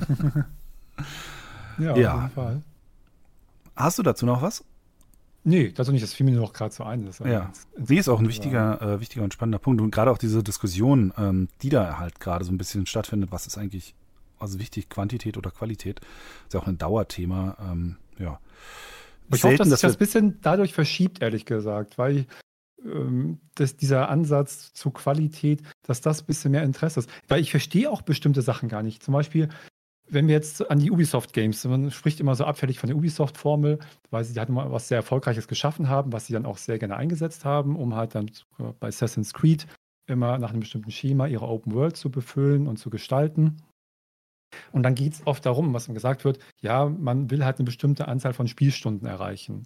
Speaker 3: Ja, auf jeden Fall.
Speaker 2: Hast du dazu noch was?
Speaker 3: Nee, dazu nicht. Das fiel mir nur noch gerade so ein.
Speaker 2: Sie ist auch ein wichtiger und spannender Punkt. Und gerade auch diese Diskussion, die da halt gerade so ein bisschen stattfindet, was ist eigentlich wichtig, Quantität oder Qualität, ist ja auch ein Dauerthema.
Speaker 3: Ich hoffe, dass sich das ein bisschen dadurch verschiebt, ehrlich gesagt, weil dieser Ansatz zu Qualität, dass das ein bisschen mehr Interesse ist. Weil ich verstehe auch bestimmte Sachen gar nicht. Zum Beispiel, wenn wir jetzt an die Ubisoft-Games, man spricht immer so abfällig von der Ubisoft-Formel, weil sie halt immer was sehr Erfolgreiches geschaffen haben, was sie dann auch sehr gerne eingesetzt haben, um halt dann bei Assassin's Creed immer nach einem bestimmten Schema ihre Open World zu befüllen und zu gestalten. Und dann geht es oft darum, was gesagt wird, ja, man will halt eine bestimmte Anzahl von Spielstunden erreichen.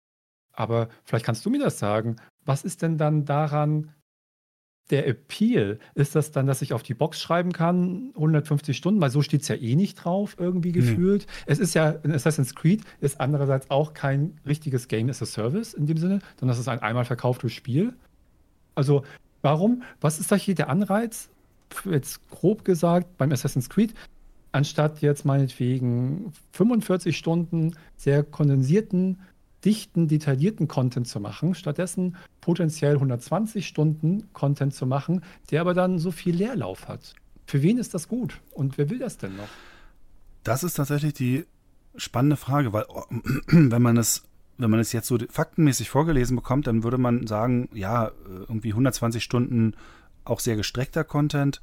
Speaker 3: Aber vielleicht kannst du mir das sagen, was ist denn dann daran der Appeal? Ist das dann, dass ich auf die Box schreiben kann, 150 Stunden, weil so steht es ja eh nicht drauf, irgendwie gefühlt. Es ist ja, in Assassin's Creed ist andererseits auch kein richtiges Game as a Service in dem Sinne, sondern das ist ein einmal verkauftes Spiel. Also warum, was ist da hier der Anreiz, jetzt grob gesagt, beim Assassin's Creed, anstatt jetzt meinetwegen 45 Stunden sehr kondensierten, dichten, detaillierten Content zu machen, stattdessen potenziell 120 Stunden Content zu machen, der aber dann so viel Leerlauf hat. Für wen ist das gut? Und wer will das denn noch?
Speaker 2: Das ist tatsächlich die spannende Frage, weil wenn man es jetzt so faktenmäßig vorgelesen bekommt, dann würde man sagen, ja, irgendwie 120 Stunden auch sehr gestreckter Content,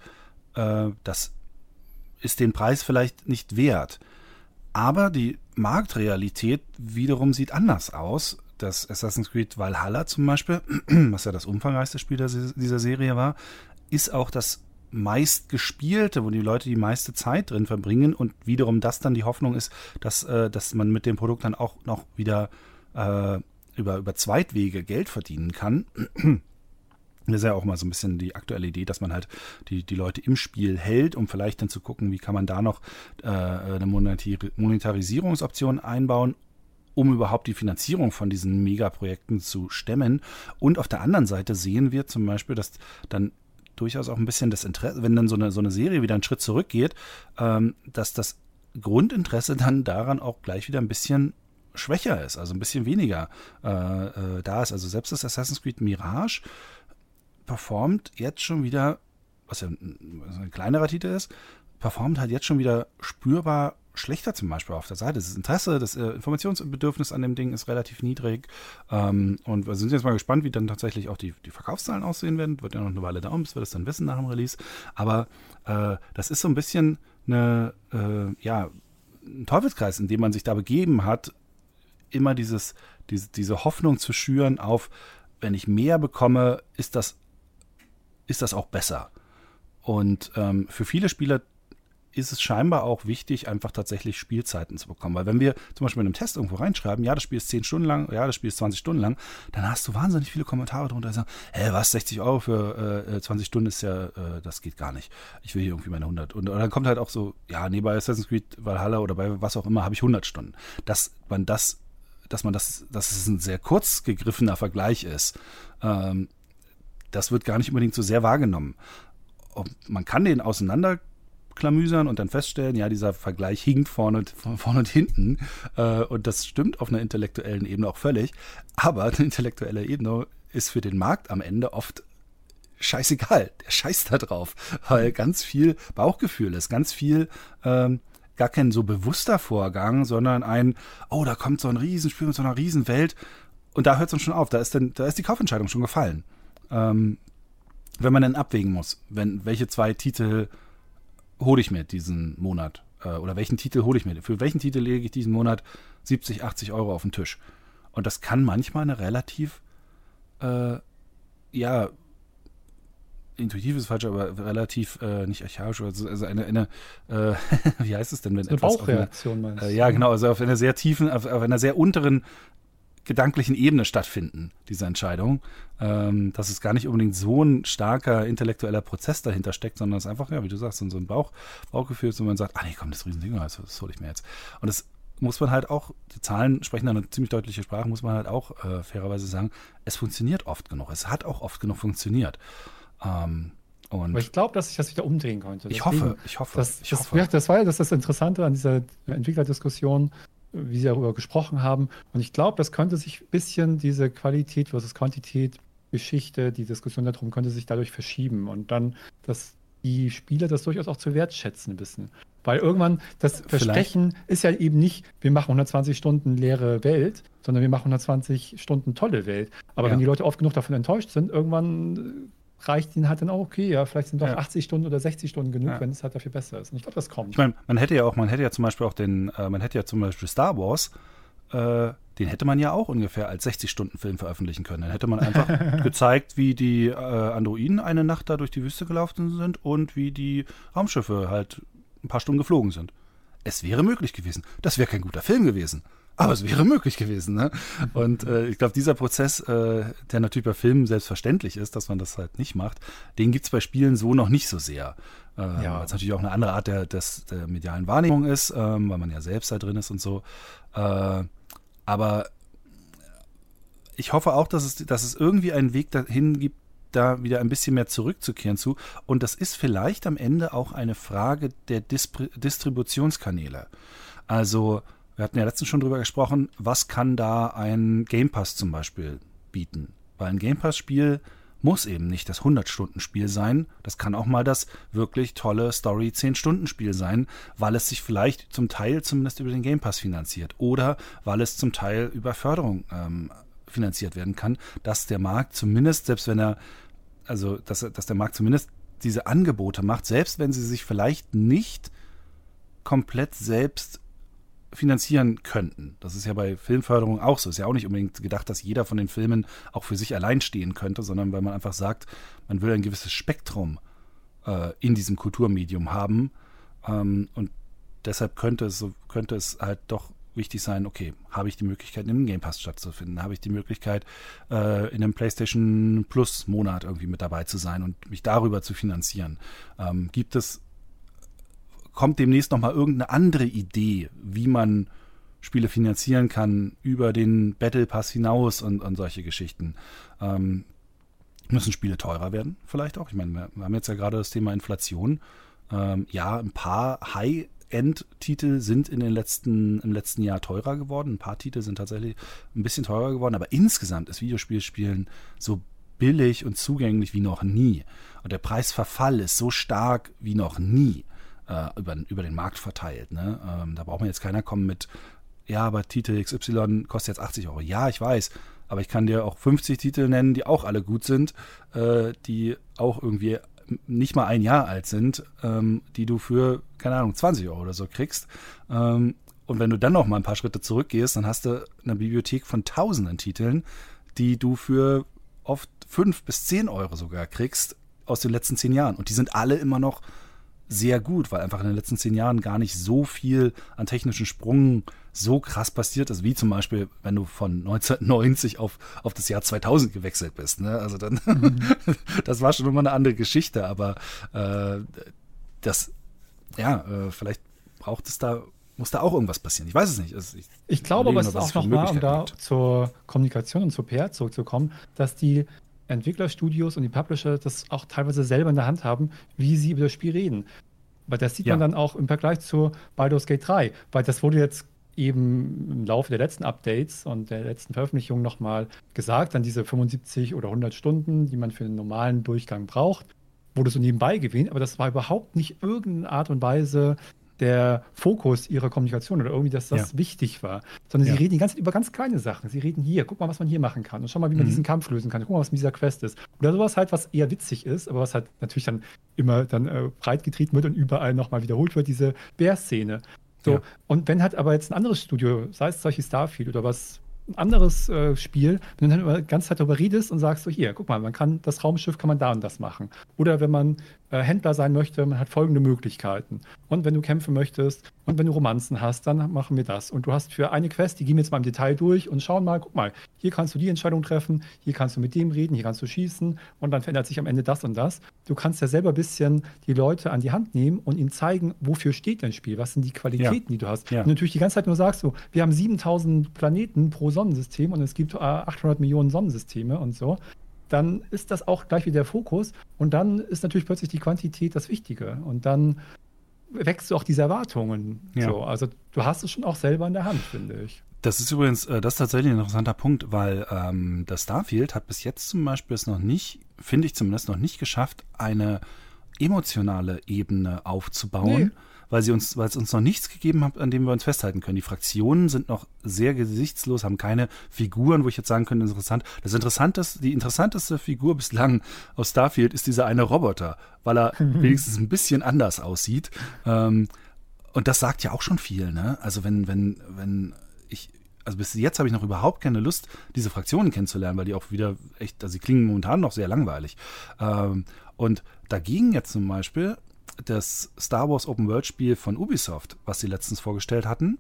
Speaker 2: das ist den Preis vielleicht nicht wert. Aber die Marktrealität wiederum sieht anders aus. Das Assassin's Creed Valhalla zum Beispiel, was ja das umfangreichste Spiel dieser Serie war, ist auch das meistgespielte, wo die Leute die meiste Zeit drin verbringen und wiederum das dann die Hoffnung ist, dass man mit dem Produkt dann auch noch wieder über Zweitwege Geld verdienen kann. Das ist ja auch mal so ein bisschen die aktuelle Idee, dass man halt die Leute im Spiel hält, um vielleicht dann zu gucken, wie kann man da noch eine Monetarisierungsoption einbauen, um überhaupt die Finanzierung von diesen Megaprojekten zu stemmen. Und auf der anderen Seite sehen wir zum Beispiel, dass dann durchaus auch ein bisschen das Interesse, wenn dann so eine Serie wieder einen Schritt zurückgeht, dass das Grundinteresse dann daran auch gleich wieder ein bisschen schwächer ist, also ein bisschen weniger da ist. Also selbst das Assassin's Creed Mirage performt jetzt schon wieder, was ja ein kleinerer Titel ist, performt halt jetzt schon wieder spürbar schlechter zum Beispiel auf der Seite. Das Interesse, das Informationsbedürfnis an dem Ding ist relativ niedrig. Und wir sind jetzt mal gespannt, wie dann tatsächlich auch die Verkaufszahlen aussehen werden. Wird ja noch eine Weile dauern, bis wir das dann wissen nach dem Release. Aber das ist so ein bisschen ein Teufelskreis, in dem man sich da begeben hat, immer diese Hoffnung zu schüren auf, wenn ich mehr bekomme, ist das auch besser. Und für viele Spieler ist es scheinbar auch wichtig, einfach tatsächlich Spielzeiten zu bekommen. Weil wenn wir zum Beispiel in einem Test irgendwo reinschreiben, ja, das Spiel ist 10 Stunden lang, ja, das Spiel ist 20 Stunden lang, dann hast du wahnsinnig viele Kommentare drunter, die sagen, was, 60 Euro für 20 Stunden ist ja, das geht gar nicht. Ich will hier irgendwie meine 100. Und dann kommt halt auch so, ja, nee, bei Assassin's Creed Valhalla oder bei was auch immer habe ich 100 Stunden. Dass es ein sehr kurz gegriffener Vergleich ist, das wird gar nicht unbedingt so sehr wahrgenommen. Und man kann den auseinanderklamüsern und dann feststellen, ja, dieser Vergleich hinkt vorne und hinten. Und das stimmt auf einer intellektuellen Ebene auch völlig. Aber eine intellektuelle Ebene ist für den Markt am Ende oft scheißegal. Der scheißt da drauf, weil ganz viel Bauchgefühl ist, ganz viel gar kein so bewusster Vorgang, sondern da kommt so ein Riesenspiel mit so einer Riesenwelt und da hört es dann schon auf. Da ist die Kaufentscheidung schon gefallen. Wenn man dann abwägen muss, welche 2 Titel hole ich mir diesen Monat oder welchen Titel hole ich mir, für welchen Titel lege ich diesen Monat 70, 80 Euro auf den Tisch. Und das kann manchmal eine relativ, intuitiv ist falsch, aber relativ nicht archaisch, also eine wie heißt es denn, wenn
Speaker 3: eine
Speaker 2: etwas
Speaker 3: Bauchreaktion meinst du?
Speaker 2: Ja, genau, also auf einer sehr tiefen, auf einer sehr unteren gedanklichen Ebene stattfinden, diese Entscheidung, dass es gar nicht unbedingt so ein starker intellektueller Prozess dahinter steckt, sondern es einfach, ja, wie du sagst, so ein Bauchgefühl ist, wo man sagt, nee, komm, das Riesending, das hole ich mir jetzt. Und das muss man halt auch, die Zahlen sprechen dann eine ziemlich deutliche Sprache, muss man halt auch fairerweise sagen, es funktioniert oft genug. Es hat auch oft genug funktioniert.
Speaker 3: Aber ich glaube, dass sich das wieder umdrehen könnte.
Speaker 2: Ich hoffe.
Speaker 3: Das war ja das Interessante an dieser Entwicklerdiskussion, wie Sie darüber gesprochen haben. Und ich glaube, das könnte sich ein bisschen, diese Qualität versus Quantität, Geschichte, die Diskussion darum, könnte sich dadurch verschieben. Und dann, dass die Spieler das durchaus auch zu wertschätzen ein bisschen. Weil irgendwann das Versprechen ist ja eben nicht, wir machen 120 Stunden leere Welt, sondern wir machen 120 Stunden tolle Welt. Aber wenn die Leute oft genug davon enttäuscht sind, irgendwann reicht ihnen halt dann auch, okay, ja, vielleicht sind doch 80 Stunden oder 60 Stunden genug, wenn es halt dafür besser ist. Und ich glaube, das kommt.
Speaker 2: Ich meine, man hätte ja zum Beispiel Star Wars, den hätte man ja auch ungefähr als 60-Stunden-Film veröffentlichen können. Dann hätte man einfach gezeigt, wie die Androiden eine Nacht da durch die Wüste gelaufen sind und wie die Raumschiffe halt ein paar Stunden geflogen sind. Es wäre möglich gewesen. Das wäre kein guter Film gewesen. Aber es wäre möglich gewesen. Ne? Und ich glaube, dieser Prozess, der natürlich bei Filmen selbstverständlich ist, dass man das halt nicht macht, den gibt es bei Spielen so noch nicht so sehr. Weil es natürlich auch eine andere Art der medialen Wahrnehmung ist, weil man ja selbst da drin ist und so. Aber ich hoffe auch, dass es irgendwie einen Weg dahin gibt, da wieder ein bisschen mehr zurückzukehren zu. Und das ist vielleicht am Ende auch eine Frage der Distributionskanäle. Also wir hatten ja letztens schon drüber gesprochen, was kann da ein Game Pass zum Beispiel bieten? Weil ein Game Pass-Spiel muss eben nicht das 100-Stunden-Spiel sein. Das kann auch mal das wirklich tolle Story-10-Stunden-Spiel sein, weil es sich vielleicht zum Teil zumindest über den Game Pass finanziert oder weil es zum Teil über Förderung finanziert werden kann, dass der Markt zumindest, selbst wenn dass der Markt zumindest diese Angebote macht, selbst wenn sie sich vielleicht nicht komplett selbst finanzieren könnten. Das ist ja bei Filmförderung auch so. Ist ja auch nicht unbedingt gedacht, dass jeder von den Filmen auch für sich allein stehen könnte, sondern weil man einfach sagt, man will ein gewisses Spektrum in diesem Kulturmedium haben. Und deshalb könnte es halt doch wichtig sein, okay, habe ich die Möglichkeit, in einem Game Pass stattzufinden? Habe ich die Möglichkeit, in einem PlayStation Plus Monat irgendwie mit dabei zu sein und mich darüber zu finanzieren? Kommt demnächst nochmal irgendeine andere Idee, wie man Spiele finanzieren kann über den Battle Pass hinaus und solche Geschichten. Müssen Spiele teurer werden? Vielleicht auch. Ich meine, wir haben jetzt ja gerade das Thema Inflation. Ein paar High-End-Titel sind im letzten Jahr teurer geworden. Ein paar Titel sind tatsächlich ein bisschen teurer geworden, aber insgesamt ist Videospielspielen so billig und zugänglich wie noch nie. Und der Preisverfall ist so stark wie noch nie über den Markt verteilt. Ne? Da braucht man jetzt keiner kommen mit, ja, aber Titel XY kostet jetzt 80 Euro. Ja, ich weiß, aber ich kann dir auch 50 Titel nennen, die auch alle gut sind, die auch irgendwie nicht mal ein Jahr alt sind, die du für, keine Ahnung, 20 Euro oder so kriegst. Und wenn du dann noch mal ein paar Schritte zurückgehst, dann hast du eine Bibliothek von tausenden Titeln, die du für oft 5 bis 10 Euro sogar kriegst aus den letzten 10 Jahren. Und die sind alle immer noch sehr gut, weil einfach in den letzten 10 Jahren gar nicht so viel an technischen Sprüngen so krass passiert ist, wie zum Beispiel, wenn du von 1990 auf das Jahr 2000 gewechselt bist. Ne? Also dann, das war schon immer eine andere Geschichte, aber vielleicht muss da auch irgendwas passieren. Ich weiß es nicht. Also
Speaker 3: ich glaube aber, es ist auch nochmal, um da zur Kommunikation und zur PR zurückzukommen, dass die Entwicklerstudios und die Publisher das auch teilweise selber in der Hand haben, wie sie über das Spiel reden. Weil das sieht man dann auch im Vergleich zu Baldur's Gate 3, weil das wurde jetzt eben im Laufe der letzten Updates und der letzten Veröffentlichung nochmal gesagt, dann diese 75 oder 100 Stunden, die man für einen normalen Durchgang braucht, wurde so nebenbei erwähnt, aber das war überhaupt nicht irgendeine Art und Weise der Fokus ihrer Kommunikation oder irgendwie, dass das wichtig war, sondern sie reden die ganze Zeit über ganz kleine Sachen. Sie reden hier, guck mal, was man hier machen kann und schau mal, wie man diesen Kampf lösen kann. Guck mal, was mit dieser Quest ist. Oder sowas halt, was eher witzig ist, aber was halt natürlich dann immer breit getreten wird und überall nochmal wiederholt wird, diese Bär-Szene. So. Ja. Und wenn halt aber jetzt ein anderes Studio, sei es solche Starfield oder was, ein anderes Spiel, wenn du dann die ganze Zeit darüber redest und sagst so, hier, guck mal, das Raumschiff kann man da und das machen. Oder wenn man Händler sein möchte, man hat folgende Möglichkeiten. Und wenn du kämpfen möchtest und wenn du Romanzen hast, dann machen wir das. Und du hast für eine Quest, die gehen wir jetzt mal im Detail durch und schauen mal, guck mal, hier kannst du die Entscheidung treffen, hier kannst du mit dem reden, hier kannst du schießen und dann verändert sich am Ende das und das. Du kannst ja selber ein bisschen die Leute an die Hand nehmen und ihnen zeigen, wofür steht dein Spiel, was sind die Qualitäten, die du hast. Ja. Und natürlich die ganze Zeit nur sagst, so, wir haben 7000 Planeten pro Sonnensystem und es gibt 800 Millionen Sonnensysteme und so, dann ist das auch gleich wieder der Fokus und dann ist natürlich plötzlich die Quantität das Wichtige und dann wächst du auch diese Erwartungen. Ja. So. Also du hast es schon auch selber in der Hand, finde ich.
Speaker 2: Das ist übrigens, das ist tatsächlich ein interessanter Punkt, weil das Starfield hat bis jetzt zum Beispiel es noch nicht, finde ich zumindest noch nicht geschafft, eine emotionale Ebene aufzubauen. Weil es uns noch nichts gegeben hat, an dem wir uns festhalten können. Die Fraktionen sind noch sehr gesichtslos, haben keine Figuren, wo ich jetzt sagen könnte, interessant. Die interessanteste Figur bislang aus Starfield ist dieser eine Roboter, weil er wenigstens ein bisschen anders aussieht. Und das sagt ja auch schon viel, ne? Also also bis jetzt habe ich noch überhaupt keine Lust, diese Fraktionen kennenzulernen, weil die auch wieder echt, also sie klingen momentan noch sehr langweilig. Und dagegen jetzt zum Beispiel das Star Wars Open World Spiel von Ubisoft, was sie letztens vorgestellt hatten.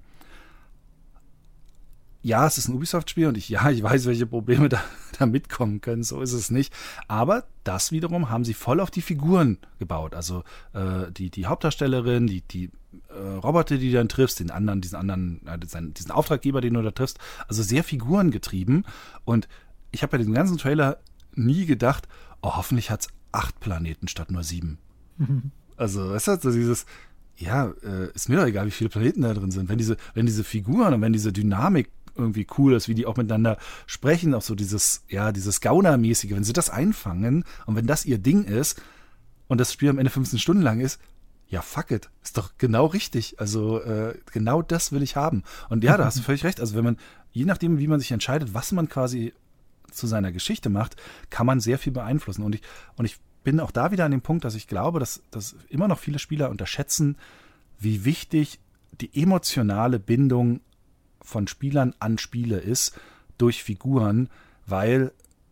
Speaker 2: Ja, es ist ein Ubisoft-Spiel und ich weiß, welche Probleme da mitkommen können, so ist es nicht. Aber das wiederum haben sie voll auf die Figuren gebaut. Also die Hauptdarstellerin, die Roboter, die du dann triffst, diesen Auftraggeber, den du da triffst. Also sehr figurengetrieben. Und ich habe bei diesem ganzen Trailer nie gedacht, hoffentlich hat es 8 Planeten statt nur 7. Also, weißt du, so dieses, ist mir doch egal, wie viele Planeten da drin sind. Wenn diese Figuren und wenn diese Dynamik irgendwie cool ist, wie die auch miteinander sprechen, auch so dieses Gaunermäßige, wenn sie das einfangen und wenn das ihr Ding ist und das Spiel am Ende 15 Stunden lang ist, ja, fuck it, ist doch genau richtig. Also, genau das will ich haben. Und ja, da hast du völlig recht. Also, je nachdem, wie man sich entscheidet, was man quasi zu seiner Geschichte macht, kann man sehr viel beeinflussen. Und ich bin auch da wieder an dem Punkt, dass ich glaube, dass immer noch viele Spieler unterschätzen, wie wichtig die emotionale Bindung von Spielern an Spiele ist durch Figuren, weil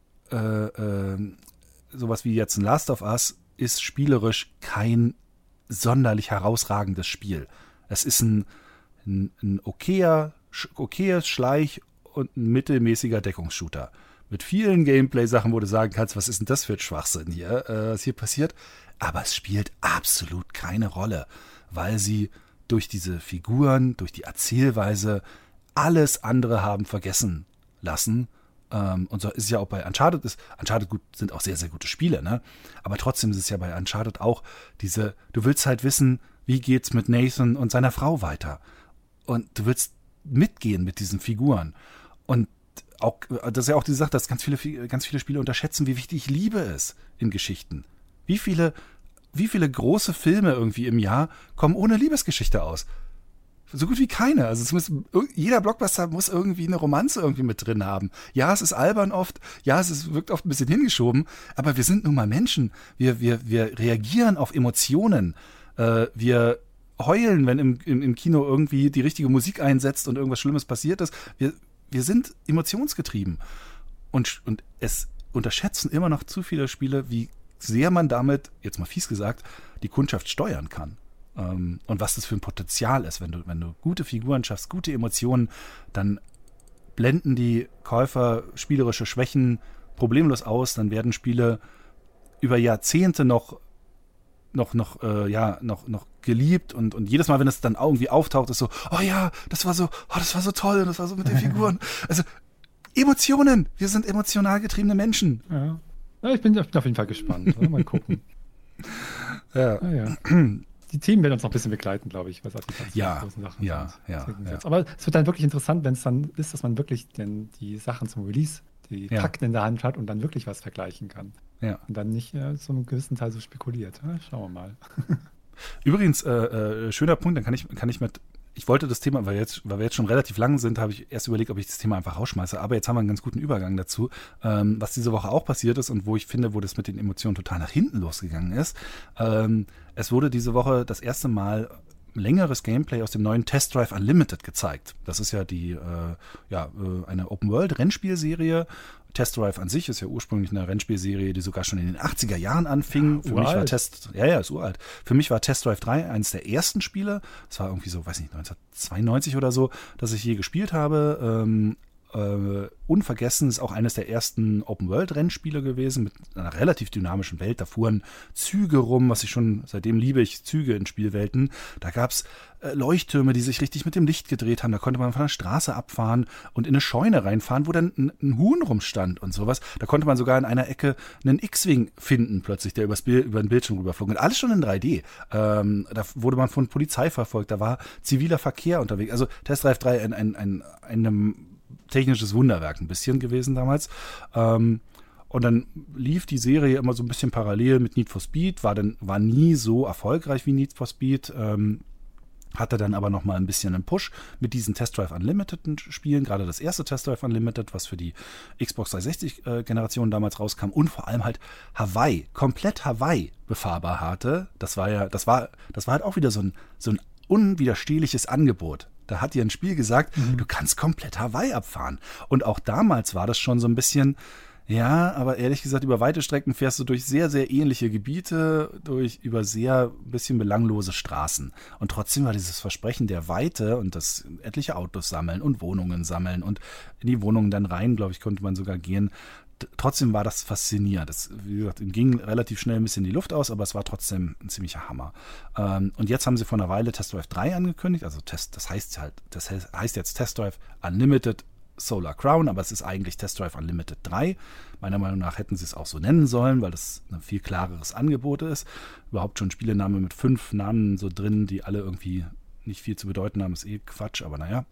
Speaker 2: sowas wie jetzt ein Last of Us ist spielerisch kein sonderlich herausragendes Spiel. Es ist ein okayes Schleich- und ein mittelmäßiger Deckungsshooter. Mit vielen Gameplay-Sachen, wo du sagen kannst, was ist denn das für ein Schwachsinn hier, was hier passiert. Aber es spielt absolut keine Rolle, weil sie durch diese Figuren, durch die Erzählweise alles andere haben vergessen lassen. Und so ist es ja auch bei Uncharted. Uncharted sind auch sehr, sehr gute Spiele, ne? Aber trotzdem ist es ja bei Uncharted auch du willst halt wissen, wie geht's mit Nathan und seiner Frau weiter? Und du willst mitgehen mit diesen Figuren. Und auch, das ist ja auch die Sache, dass ganz viele Spiele unterschätzen, wie wichtig Liebe ist in Geschichten. Wie viele große Filme irgendwie im Jahr kommen ohne Liebesgeschichte aus? So gut wie keine. Also jeder Blockbuster muss irgendwie eine Romanze irgendwie mit drin haben. Ja, es ist albern oft, ja, wirkt oft ein bisschen hingeschoben, aber wir sind nun mal Menschen. Wir reagieren auf Emotionen. Wir heulen, wenn im Kino irgendwie die richtige Musik einsetzt und irgendwas Schlimmes passiert ist. Wir sind emotionsgetrieben. Und es unterschätzen immer noch zu viele Spiele, wie sehr man damit, jetzt mal fies gesagt, die Kundschaft steuern kann. Und was das für ein Potenzial ist, wenn du gute Figuren schaffst, gute Emotionen, dann blenden die Käufer spielerische Schwächen problemlos aus, dann werden Spiele über Jahrzehnte noch geliebt und jedes Mal, wenn es dann irgendwie auftaucht, ist so, oh ja, das war so toll und das war so mit den Figuren. Also Emotionen, wir sind emotional getriebene Menschen.
Speaker 3: Ja, ich bin auf jeden Fall gespannt. Mal gucken.
Speaker 2: Ja.
Speaker 3: Die Themen werden uns noch ein bisschen begleiten, glaube ich, was auch die ganzen großen Sachen sind. Aber es wird dann wirklich interessant, wenn es dann ist, dass man wirklich die Sachen zum Release, die Fakten in der Hand hat und dann wirklich was vergleichen kann. Ja. Und dann nicht so einem gewissen Teil so spekuliert. Schauen wir mal.
Speaker 2: Übrigens, schöner Punkt, dann kann ich ich wollte das Thema, weil wir jetzt schon relativ lang sind, habe ich erst überlegt, ob ich das Thema einfach rausschmeiße, aber jetzt haben wir einen ganz guten Übergang dazu, was diese Woche auch passiert ist und wo ich finde, wo das mit den Emotionen total nach hinten losgegangen ist. Es wurde diese Woche das erste Mal längeres Gameplay aus dem neuen Test Drive Unlimited gezeigt. Das ist ja eine Open-World-Rennspielserie. Test Drive an sich ist ja ursprünglich eine Rennspielserie, die sogar schon in den 80er Jahren anfing. Für mich war ist uralt. Für mich war Test Drive 3 eines der ersten Spiele. Das war irgendwie so, 1992 oder so, dass ich je gespielt habe. Unvergessen ist auch eines der ersten Open-World-Rennspiele gewesen mit einer relativ dynamischen Welt. Da fuhren Züge rum, seitdem liebe ich Züge in Spielwelten. Da gab es Leuchttürme, die sich richtig mit dem Licht gedreht haben. Da konnte man von der Straße abfahren und in eine Scheune reinfahren, wo dann ein Huhn rumstand und sowas. Da konnte man sogar in einer Ecke einen X-Wing finden plötzlich, der über den Bildschirm rüberflog. Und alles schon in 3D. Da wurde man von Polizei verfolgt. Da war ziviler Verkehr unterwegs. Also Test Drive 3 einem technisches Wunderwerk ein bisschen gewesen damals. Und dann lief die Serie immer so ein bisschen parallel mit Need for Speed, war nie so erfolgreich wie Need for Speed, hatte dann aber noch mal ein bisschen einen Push mit diesen Test Drive Unlimited Spielen, gerade das erste Test Drive Unlimited, was für die Xbox 360 Generation damals rauskam und vor allem halt komplett Hawaii befahrbar hatte. Das war halt auch wieder so ein unwiderstehliches Angebot. Da hat dir ein Spiel gesagt, du kannst komplett Hawaii abfahren. Und auch damals war das schon so ein bisschen, aber ehrlich gesagt, über weite Strecken fährst du durch sehr, sehr ähnliche Gebiete, über sehr ein bisschen belanglose Straßen. Und trotzdem war dieses Versprechen der Weite und das etliche Autos sammeln und Wohnungen sammeln und in die Wohnungen dann rein, glaube ich, konnte man sogar gehen. Trotzdem war das faszinierend. Das, wie gesagt, ging relativ schnell ein bisschen die Luft aus, aber es war trotzdem ein ziemlicher Hammer. Und jetzt haben sie vor einer Weile Test Drive 3 angekündigt. Also das heißt jetzt Test Drive Unlimited Solar Crown, aber es ist eigentlich Test Drive Unlimited 3. Meiner Meinung nach hätten sie es auch so nennen sollen, weil das ein viel klareres Angebot ist. Überhaupt schon Spielename mit 5 Namen so drin, die alle irgendwie nicht viel zu bedeuten haben, ist Quatsch, aber naja.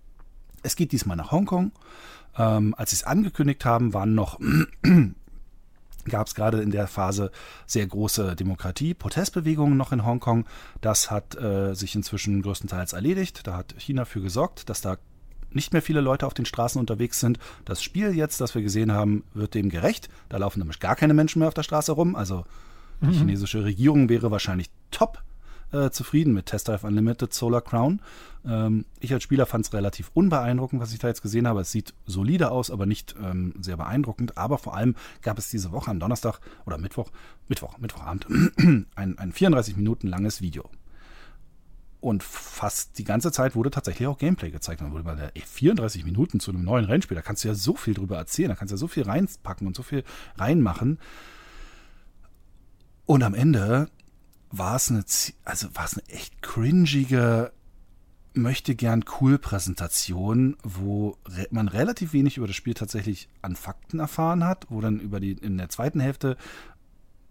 Speaker 2: Es geht diesmal nach Hongkong. Als sie es angekündigt haben, gab es gerade in der Phase sehr große Protestbewegungen noch in Hongkong. Das hat sich inzwischen größtenteils erledigt. Da hat China für gesorgt, dass da nicht mehr viele Leute auf den Straßen unterwegs sind. Das Spiel jetzt, das wir gesehen haben, wird dem gerecht. Da laufen nämlich gar keine Menschen mehr auf der Straße rum. Also die chinesische Regierung wäre wahrscheinlich top zufrieden mit Test Drive Unlimited Solar Crown. Ich als Spieler fand es relativ unbeeindruckend, was ich da jetzt gesehen habe. Es sieht solide aus, aber nicht sehr beeindruckend. Aber vor allem gab es diese Woche am Donnerstag oder Mittwochabend ein 34 Minuten langes Video. Und fast die ganze Zeit wurde tatsächlich auch Gameplay gezeigt. Dann wurde mal 34 Minuten zu einem neuen Rennspiel. Da kannst du ja so viel drüber erzählen, da kannst du ja so viel reinpacken und so viel reinmachen. Und am Ende war es eine echt cringige, möchte gern cool Präsentation, wo man relativ wenig über das Spiel tatsächlich an Fakten erfahren hat, wo dann in der zweiten Hälfte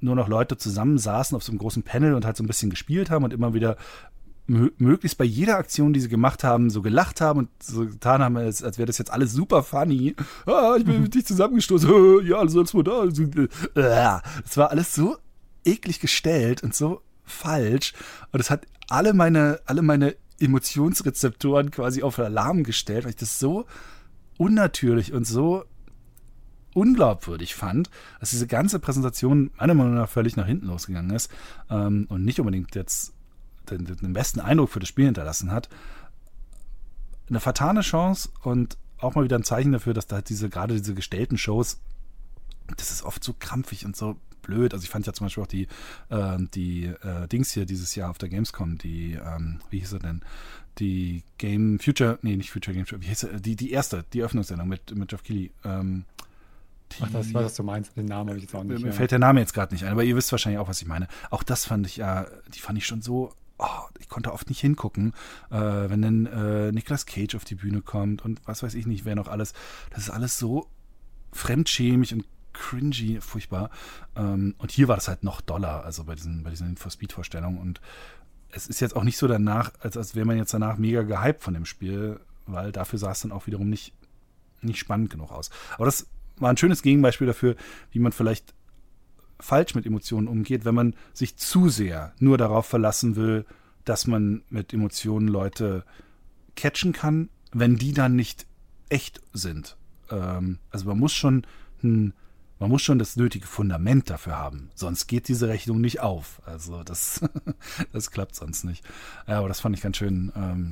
Speaker 2: nur noch Leute zusammensaßen auf so einem großen Panel und halt so ein bisschen gespielt haben und immer wieder möglichst bei jeder Aktion, die sie gemacht haben, so gelacht haben und so getan haben, als wäre das jetzt alles super funny. Ich bin mit dich zusammengestoßen. Ja, alles soll's mal da. Das war alles so eklig gestellt und so falsch. Und es hat alle meine Emotionsrezeptoren quasi auf Alarm gestellt, weil ich das so unnatürlich und so unglaubwürdig fand, dass diese ganze Präsentation meiner Meinung nach völlig nach hinten losgegangen ist und nicht unbedingt jetzt den besten Eindruck für das Spiel hinterlassen hat. Eine vertane Chance und auch mal wieder ein Zeichen dafür, dass da halt gerade diese gestellten Shows, das ist oft so krampfig und so blöd. Also ich fand ja zum Beispiel auch die Dings hier dieses Jahr auf der Gamescom, wie hieß er denn? Die nicht Future Game Show, wie hieß er? Die Eröffnungssendung mit Geoff Keighley.
Speaker 3: Das weiß, was du meinst. Den Namen habe ich jetzt auch nicht.
Speaker 2: Mir fällt der Name jetzt gerade nicht ein, aber ihr wisst wahrscheinlich auch, was ich meine. Auch das fand ich schon so, ich konnte oft nicht hingucken, wenn dann Nicolas Cage auf die Bühne kommt und was weiß ich nicht, wer noch alles. Das ist alles so fremdschämig und cringy, furchtbar. Und hier war das halt noch doller, also bei diesen Need-for-Speed-Vorstellungen. Und es ist jetzt auch nicht so danach, als wäre man jetzt danach mega gehypt von dem Spiel, weil dafür sah es dann auch wiederum nicht spannend genug aus. Aber das war ein schönes Gegenbeispiel dafür, wie man vielleicht falsch mit Emotionen umgeht, wenn man sich zu sehr nur darauf verlassen will, dass man mit Emotionen Leute catchen kann, wenn die dann nicht echt sind. Also man muss schon das nötige Fundament dafür haben, sonst geht diese Rechnung nicht auf. Also das klappt sonst nicht. Ja, aber das fand ich ganz schön,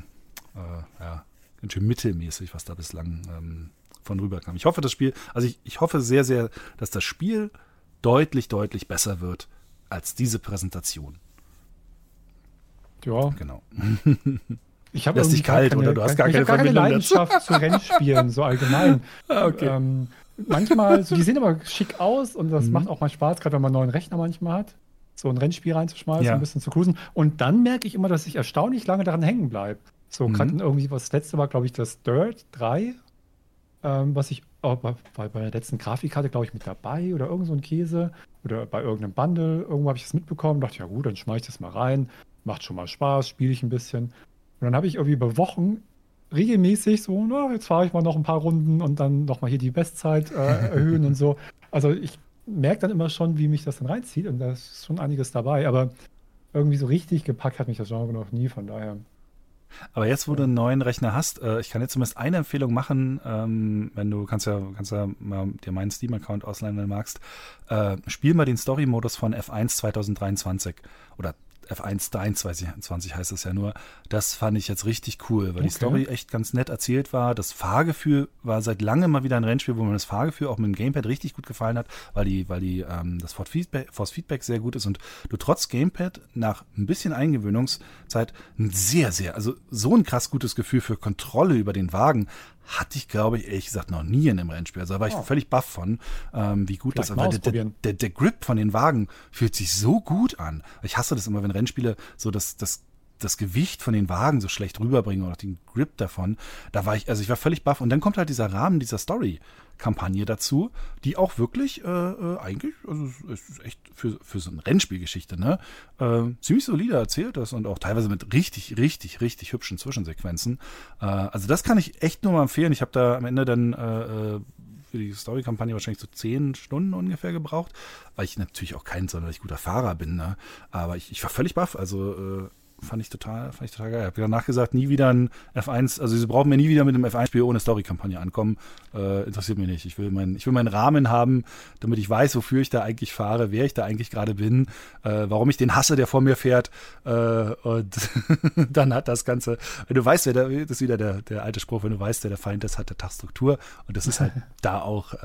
Speaker 2: ganz schön mittelmäßig, was da bislang von rüberkam. Ich hoffe, ich hoffe sehr, sehr, dass das Spiel deutlich, deutlich besser wird als diese Präsentation.
Speaker 3: Ja.
Speaker 2: Genau.
Speaker 3: Ich habe
Speaker 2: dich kalt, oder? Du hast gar keine
Speaker 3: Leidenschaft zu Rennspielen, so allgemein.
Speaker 2: Okay.
Speaker 3: Manchmal, die sehen aber schick aus und das macht auch mal Spaß, gerade wenn man einen neuen Rechner manchmal hat, so ein Rennspiel reinzuschmeißen, ein bisschen zu cruisen. Und dann merke ich immer, dass ich erstaunlich lange daran hängen bleibe. So gerade irgendwie, was das letzte war, glaube ich, das Dirt 3, was ich bei der letzten Grafikkarte, glaube ich, mit dabei oder irgend so ein Käse oder bei irgendeinem Bundle, irgendwo habe ich das mitbekommen, dachte, ja gut, dann schmeiß ich das mal rein, macht schon mal Spaß, spiele ich ein bisschen. Und dann habe ich irgendwie über Wochen regelmäßig so, jetzt fahre ich mal noch ein paar Runden und dann nochmal hier die Bestzeit erhöhen und so. Also ich merke dann immer schon, wie mich das dann reinzieht und da ist schon einiges dabei, aber irgendwie so richtig gepackt hat mich das Genre noch nie, von daher.
Speaker 2: Aber jetzt, wo du einen neuen Rechner hast, ich kann dir zumindest eine Empfehlung machen, wenn du kannst ja mal dir meinen Steam-Account ausleihen, wenn du magst. Spiel mal den Story-Modus von F1 2023 oder F1 23 heißt es ja nur. Das fand ich jetzt richtig cool, weil die Story echt ganz nett erzählt war. Das Fahrgefühl war seit langem mal wieder ein Rennspiel, wo mir das Fahrgefühl auch mit dem Gamepad richtig gut gefallen hat, weil das Force Feedback sehr gut ist und du trotz Gamepad nach ein bisschen Eingewöhnungszeit ein also so ein krass gutes Gefühl für Kontrolle über den Wagen hatte ich, glaube ich, ehrlich gesagt noch nie in einem Rennspiel. Also da war ich völlig baff von, wie gut das ist. Der Grip von den Wagen fühlt sich so gut an. Ich hasse das immer, wenn Rennspiele so das Gewicht von den Wagen so schlecht rüberbringen oder den Grip davon. Ich war völlig baff. Und dann kommt halt dieser Rahmen dieser Story-Kampagne dazu, die auch wirklich eigentlich, also es ist echt für so eine Rennspielgeschichte, ne, ziemlich solide erzählt ist und auch teilweise mit richtig, richtig, richtig hübschen Zwischensequenzen. Also das kann ich echt nur mal empfehlen. Ich habe da am Ende dann für die Story-Kampagne wahrscheinlich so 10 Stunden ungefähr gebraucht, weil ich natürlich auch kein sonderlich guter Fahrer bin, ne? Aber ich war völlig baff, also fand ich total geil. Ich habe danach gesagt, nie wieder ein F1, also sie brauchen mir nie wieder mit einem F1-Spiel ohne Story-Kampagne ankommen. Interessiert mich nicht. Ich will meinen Rahmen haben, damit ich weiß, wofür ich da eigentlich fahre, wer ich da eigentlich gerade bin, warum ich den hasse, der vor mir fährt. Und dann hat das Ganze, wenn du weißt, das ist wieder der alte Spruch, wenn du weißt, wer der Feind ist, hat der Tag Struktur. Und das ist halt da auch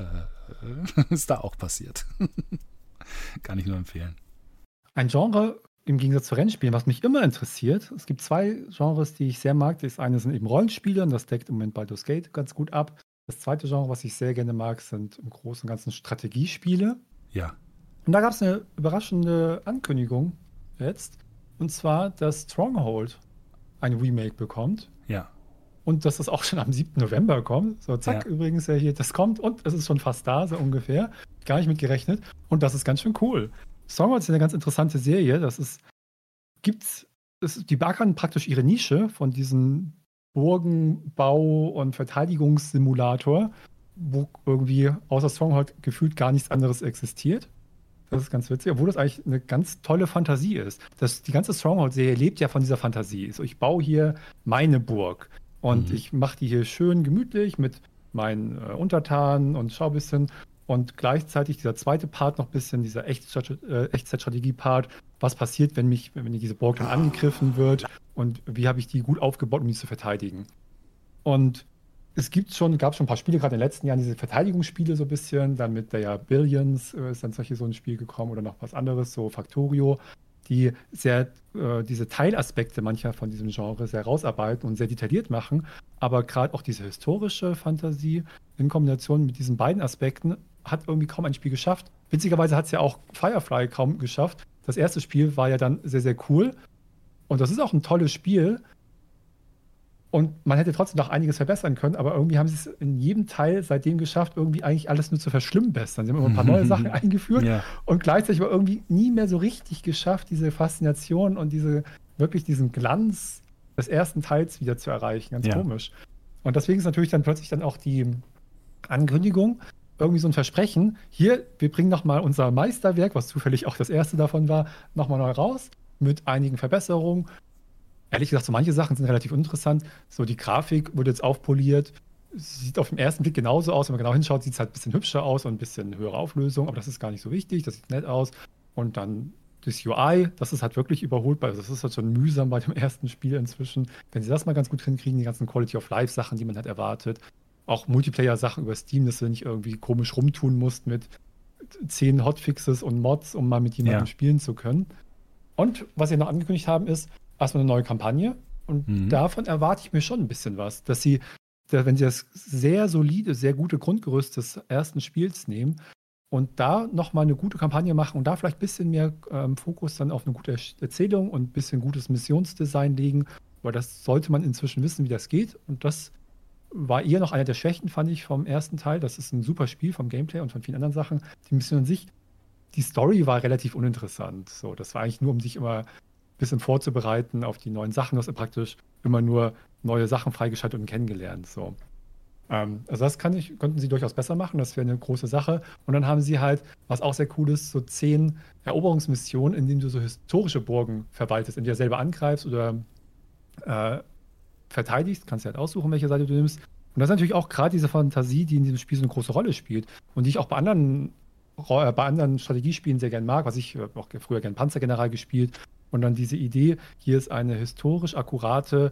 Speaker 2: passiert. Kann ich nur empfehlen.
Speaker 3: Ein Genre, im Gegensatz zu Rennspielen, was mich immer interessiert, es gibt 2 Genres, die ich sehr mag. Das eine sind eben Rollenspiele und das deckt im Moment Baldur's Gate ganz gut ab. Das zweite Genre, was ich sehr gerne mag, sind im Großen und Ganzen Strategiespiele.
Speaker 2: Ja.
Speaker 3: Und da gab es eine überraschende Ankündigung jetzt. Und zwar, dass Stronghold ein Remake bekommt.
Speaker 2: Ja.
Speaker 3: Und dass das auch schon am 7. November kommt. So, zack, übrigens hier, das kommt und es ist schon fast da, so ungefähr. Gar nicht mit gerechnet. Und das ist ganz schön cool. Stronghold ist eine ganz interessante Serie. Die beackern praktisch ihre Nische von diesem Burgenbau- und Verteidigungssimulator, wo irgendwie außer Stronghold gefühlt gar nichts anderes existiert. Das ist ganz witzig, obwohl das eigentlich eine ganz tolle Fantasie ist. Die ganze Stronghold-Serie lebt ja von dieser Fantasie. So, ich baue hier meine Burg und ich mache die hier schön gemütlich mit meinen Untertanen und schau ein bisschen. Und gleichzeitig dieser zweite Part noch ein bisschen, dieser Echtzeitstrategie-Part. Was passiert, wenn diese Burg dann angegriffen wird und wie habe ich die gut aufgebaut, um die zu verteidigen? Und es gab schon ein paar Spiele, gerade in den letzten Jahren, diese Verteidigungsspiele so ein bisschen. Dann mit der Billions ist dann so ein Spiel gekommen oder noch was anderes, so Factorio, die diese Teilaspekte mancher von diesem Genre sehr rausarbeiten und sehr detailliert machen. Aber gerade auch diese historische Fantasie in Kombination mit diesen beiden Aspekten hat irgendwie kaum ein Spiel geschafft. Witzigerweise hat es ja auch Firefly kaum geschafft. Das erste Spiel war ja dann sehr, sehr cool. Und das ist auch ein tolles Spiel. Und man hätte trotzdem noch einiges verbessern können, aber irgendwie haben sie es in jedem Teil seitdem geschafft, irgendwie eigentlich alles nur zu verschlimmbessern. Sie haben immer ein paar neue Sachen eingeführt und gleichzeitig aber irgendwie nie mehr so richtig geschafft, diese Faszination und wirklich diesen Glanz des ersten Teils wieder zu erreichen. Ganz komisch. Und deswegen ist natürlich dann plötzlich dann auch die Ankündigung, irgendwie so ein Versprechen, hier, wir bringen nochmal unser Meisterwerk, was zufällig auch das erste davon war, nochmal neu raus, mit einigen Verbesserungen. Ehrlich gesagt, so manche Sachen sind relativ uninteressant. So die Grafik wurde jetzt aufpoliert. Sieht auf den ersten Blick genauso aus. Wenn man genau hinschaut, sieht es halt ein bisschen hübscher aus und ein bisschen höhere Auflösung. Aber das ist gar nicht so wichtig. Das sieht nett aus. Und dann das UI, das ist halt wirklich überholt. Das ist halt schon mühsam bei dem ersten Spiel inzwischen. Wenn sie das mal ganz gut hinkriegen, die ganzen Quality-of-Life-Sachen, die man halt erwartet. Auch Multiplayer-Sachen über Steam, dass du nicht irgendwie komisch rumtun musst mit 10 Hotfixes und Mods, um mal mit jemandem spielen zu können. Und was sie noch angekündigt haben, ist erstmal eine neue Kampagne. Und davon erwarte ich mir schon ein bisschen was. Wenn sie das sehr solide, sehr gute Grundgerüst des ersten Spiels nehmen und da nochmal eine gute Kampagne machen und da vielleicht ein bisschen mehr Fokus dann auf eine gute Erzählung und ein bisschen gutes Missionsdesign legen, weil das sollte man inzwischen wissen, wie das geht. Und das war eher noch einer der Schwächen, fand ich, vom ersten Teil. Das ist ein super Spiel vom Gameplay und von vielen anderen Sachen. Die Mission an sich, die Story war relativ uninteressant. So, das war eigentlich nur, um sich immer ein bisschen vorzubereiten auf die neuen Sachen. Das ist praktisch immer nur neue Sachen freigeschaltet und kennengelernt. So. Also das konnten sie durchaus besser machen. Das wäre eine große Sache. Und dann haben sie halt, was auch sehr cool ist, so 10 Eroberungsmissionen, in denen du so historische Burgen verwaltest, in die du selber angreifst oder verteidigst, kannst du halt aussuchen, welche Seite du nimmst. Und das ist natürlich auch gerade diese Fantasie, die in diesem Spiel so eine große Rolle spielt und die ich auch bei anderen Strategiespielen sehr gern mag, was ich auch früher gern Panzergeneral gespielt. Und dann diese Idee, hier ist eine historisch akkurate,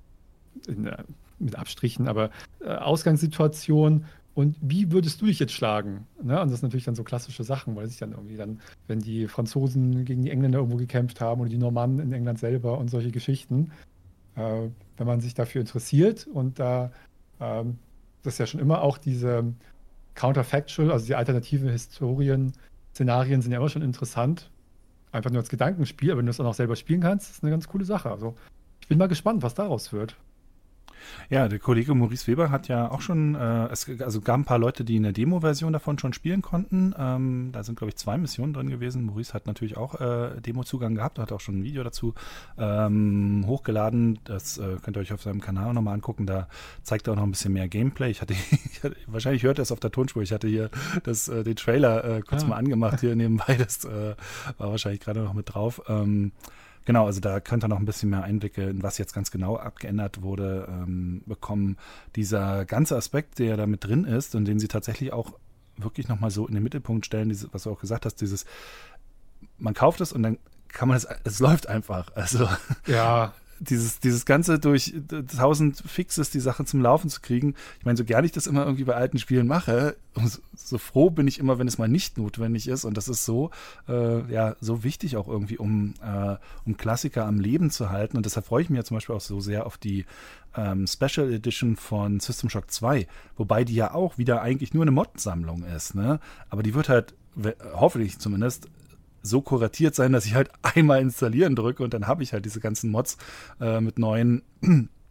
Speaker 3: mit Abstrichen, aber Ausgangssituation und wie würdest du dich jetzt schlagen? Ne? Und das sind natürlich dann so klassische Sachen, weil sich dann irgendwie wenn die Franzosen gegen die Engländer irgendwo gekämpft haben oder die Normannen in England selber und solche Geschichten, wenn man sich dafür interessiert und das ist ja schon immer auch diese Counterfactual, also die alternativen Historien-Szenarien sind ja immer schon interessant. Einfach nur als Gedankenspiel, aber wenn du das auch noch selber spielen kannst, ist eine ganz coole Sache. Also ich bin mal gespannt, was daraus wird.
Speaker 2: Ja, der Kollege Maurice Weber hat ja auch schon, es gab ein paar Leute, die in der Demo-Version davon schon spielen konnten. Da sind, glaube ich, 2 Missionen drin gewesen. Maurice hat natürlich auch Demo-Zugang gehabt, hat auch schon ein Video dazu hochgeladen. Das könnt ihr euch auf seinem Kanal nochmal angucken. Da zeigt er auch noch ein bisschen mehr Gameplay. Wahrscheinlich hört er es auf der Tonspur. Ich hatte hier den Trailer kurz mal angemacht hier nebenbei. Das war wahrscheinlich gerade noch mit drauf. Genau, also da könnt ihr noch ein bisschen mehr Einblicke in was jetzt ganz genau abgeändert wurde, bekommen. Dieser ganze Aspekt, der da mit drin ist und den sie tatsächlich auch wirklich nochmal so in den Mittelpunkt stellen, was du auch gesagt hast, man kauft es und dann kann man es läuft einfach. Also
Speaker 3: ja.
Speaker 2: Dieses Ganze durch 1000 Fixes die Sache zum Laufen zu kriegen. Ich meine, so gerne ich das immer irgendwie bei alten Spielen mache, so froh bin ich immer, wenn es mal nicht notwendig ist. Und das ist so wichtig auch irgendwie, um Klassiker am Leben zu halten. Und deshalb freue ich mich ja zum Beispiel auch so sehr auf die Special Edition von System Shock 2. Wobei die ja auch wieder eigentlich nur eine Mod-Sammlung ist. Ne? Aber die wird halt, hoffentlich zumindest, so kuratiert sein, dass ich halt einmal installieren drücke und dann habe ich halt diese ganzen Mods mit neuen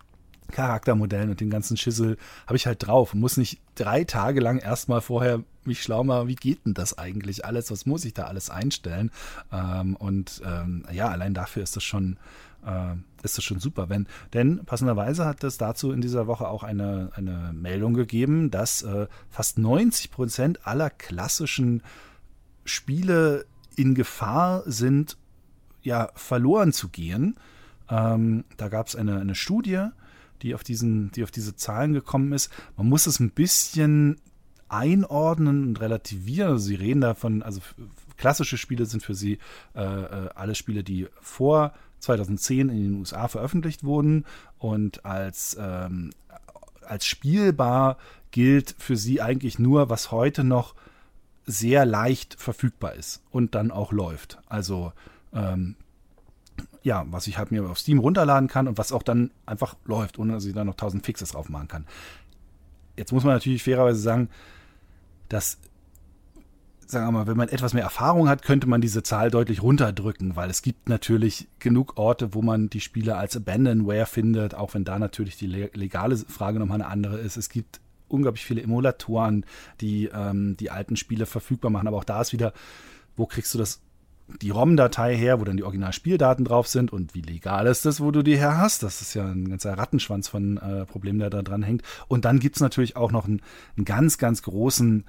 Speaker 2: Charaktermodellen und den ganzen Schissel habe ich halt drauf und muss nicht 3 Tage lang erstmal vorher mich schlau machen, wie geht denn das eigentlich alles, was muss ich da alles einstellen, allein dafür ist das schon super. Denn passenderweise hat es dazu in dieser Woche auch eine Meldung gegeben, dass fast 90% aller klassischen Spiele in Gefahr sind, ja, verloren zu gehen. Da gab es eine Studie, die auf diese Zahlen gekommen ist. Man muss es ein bisschen einordnen und relativieren. Also sie reden davon, also klassische Spiele sind für sie alle Spiele, die vor 2010 in den USA veröffentlicht wurden und als spielbar gilt für sie eigentlich nur, was heute noch sehr leicht verfügbar ist und dann auch läuft. Also was ich halt mir auf Steam runterladen kann und was auch dann einfach läuft, ohne dass ich da noch 1000 Fixes drauf machen kann. Jetzt muss man natürlich fairerweise sagen, dass, sagen wir mal, wenn man etwas mehr Erfahrung hat, könnte man diese Zahl deutlich runterdrücken, weil es gibt natürlich genug Orte, wo man die Spiele als Abandonware findet, auch wenn da natürlich die legale Frage nochmal eine andere ist. Es gibt unglaublich viele Emulatoren, die die alten Spiele verfügbar machen, aber auch da ist wieder, wo kriegst du die ROM-Datei her, wo dann die Originalspieldaten drauf sind und wie legal ist das, wo du die her hast. Das ist ja ein ganzer Rattenschwanz von Problemen, der da dran hängt. Und dann gibt es natürlich auch noch einen ganz, ganz großen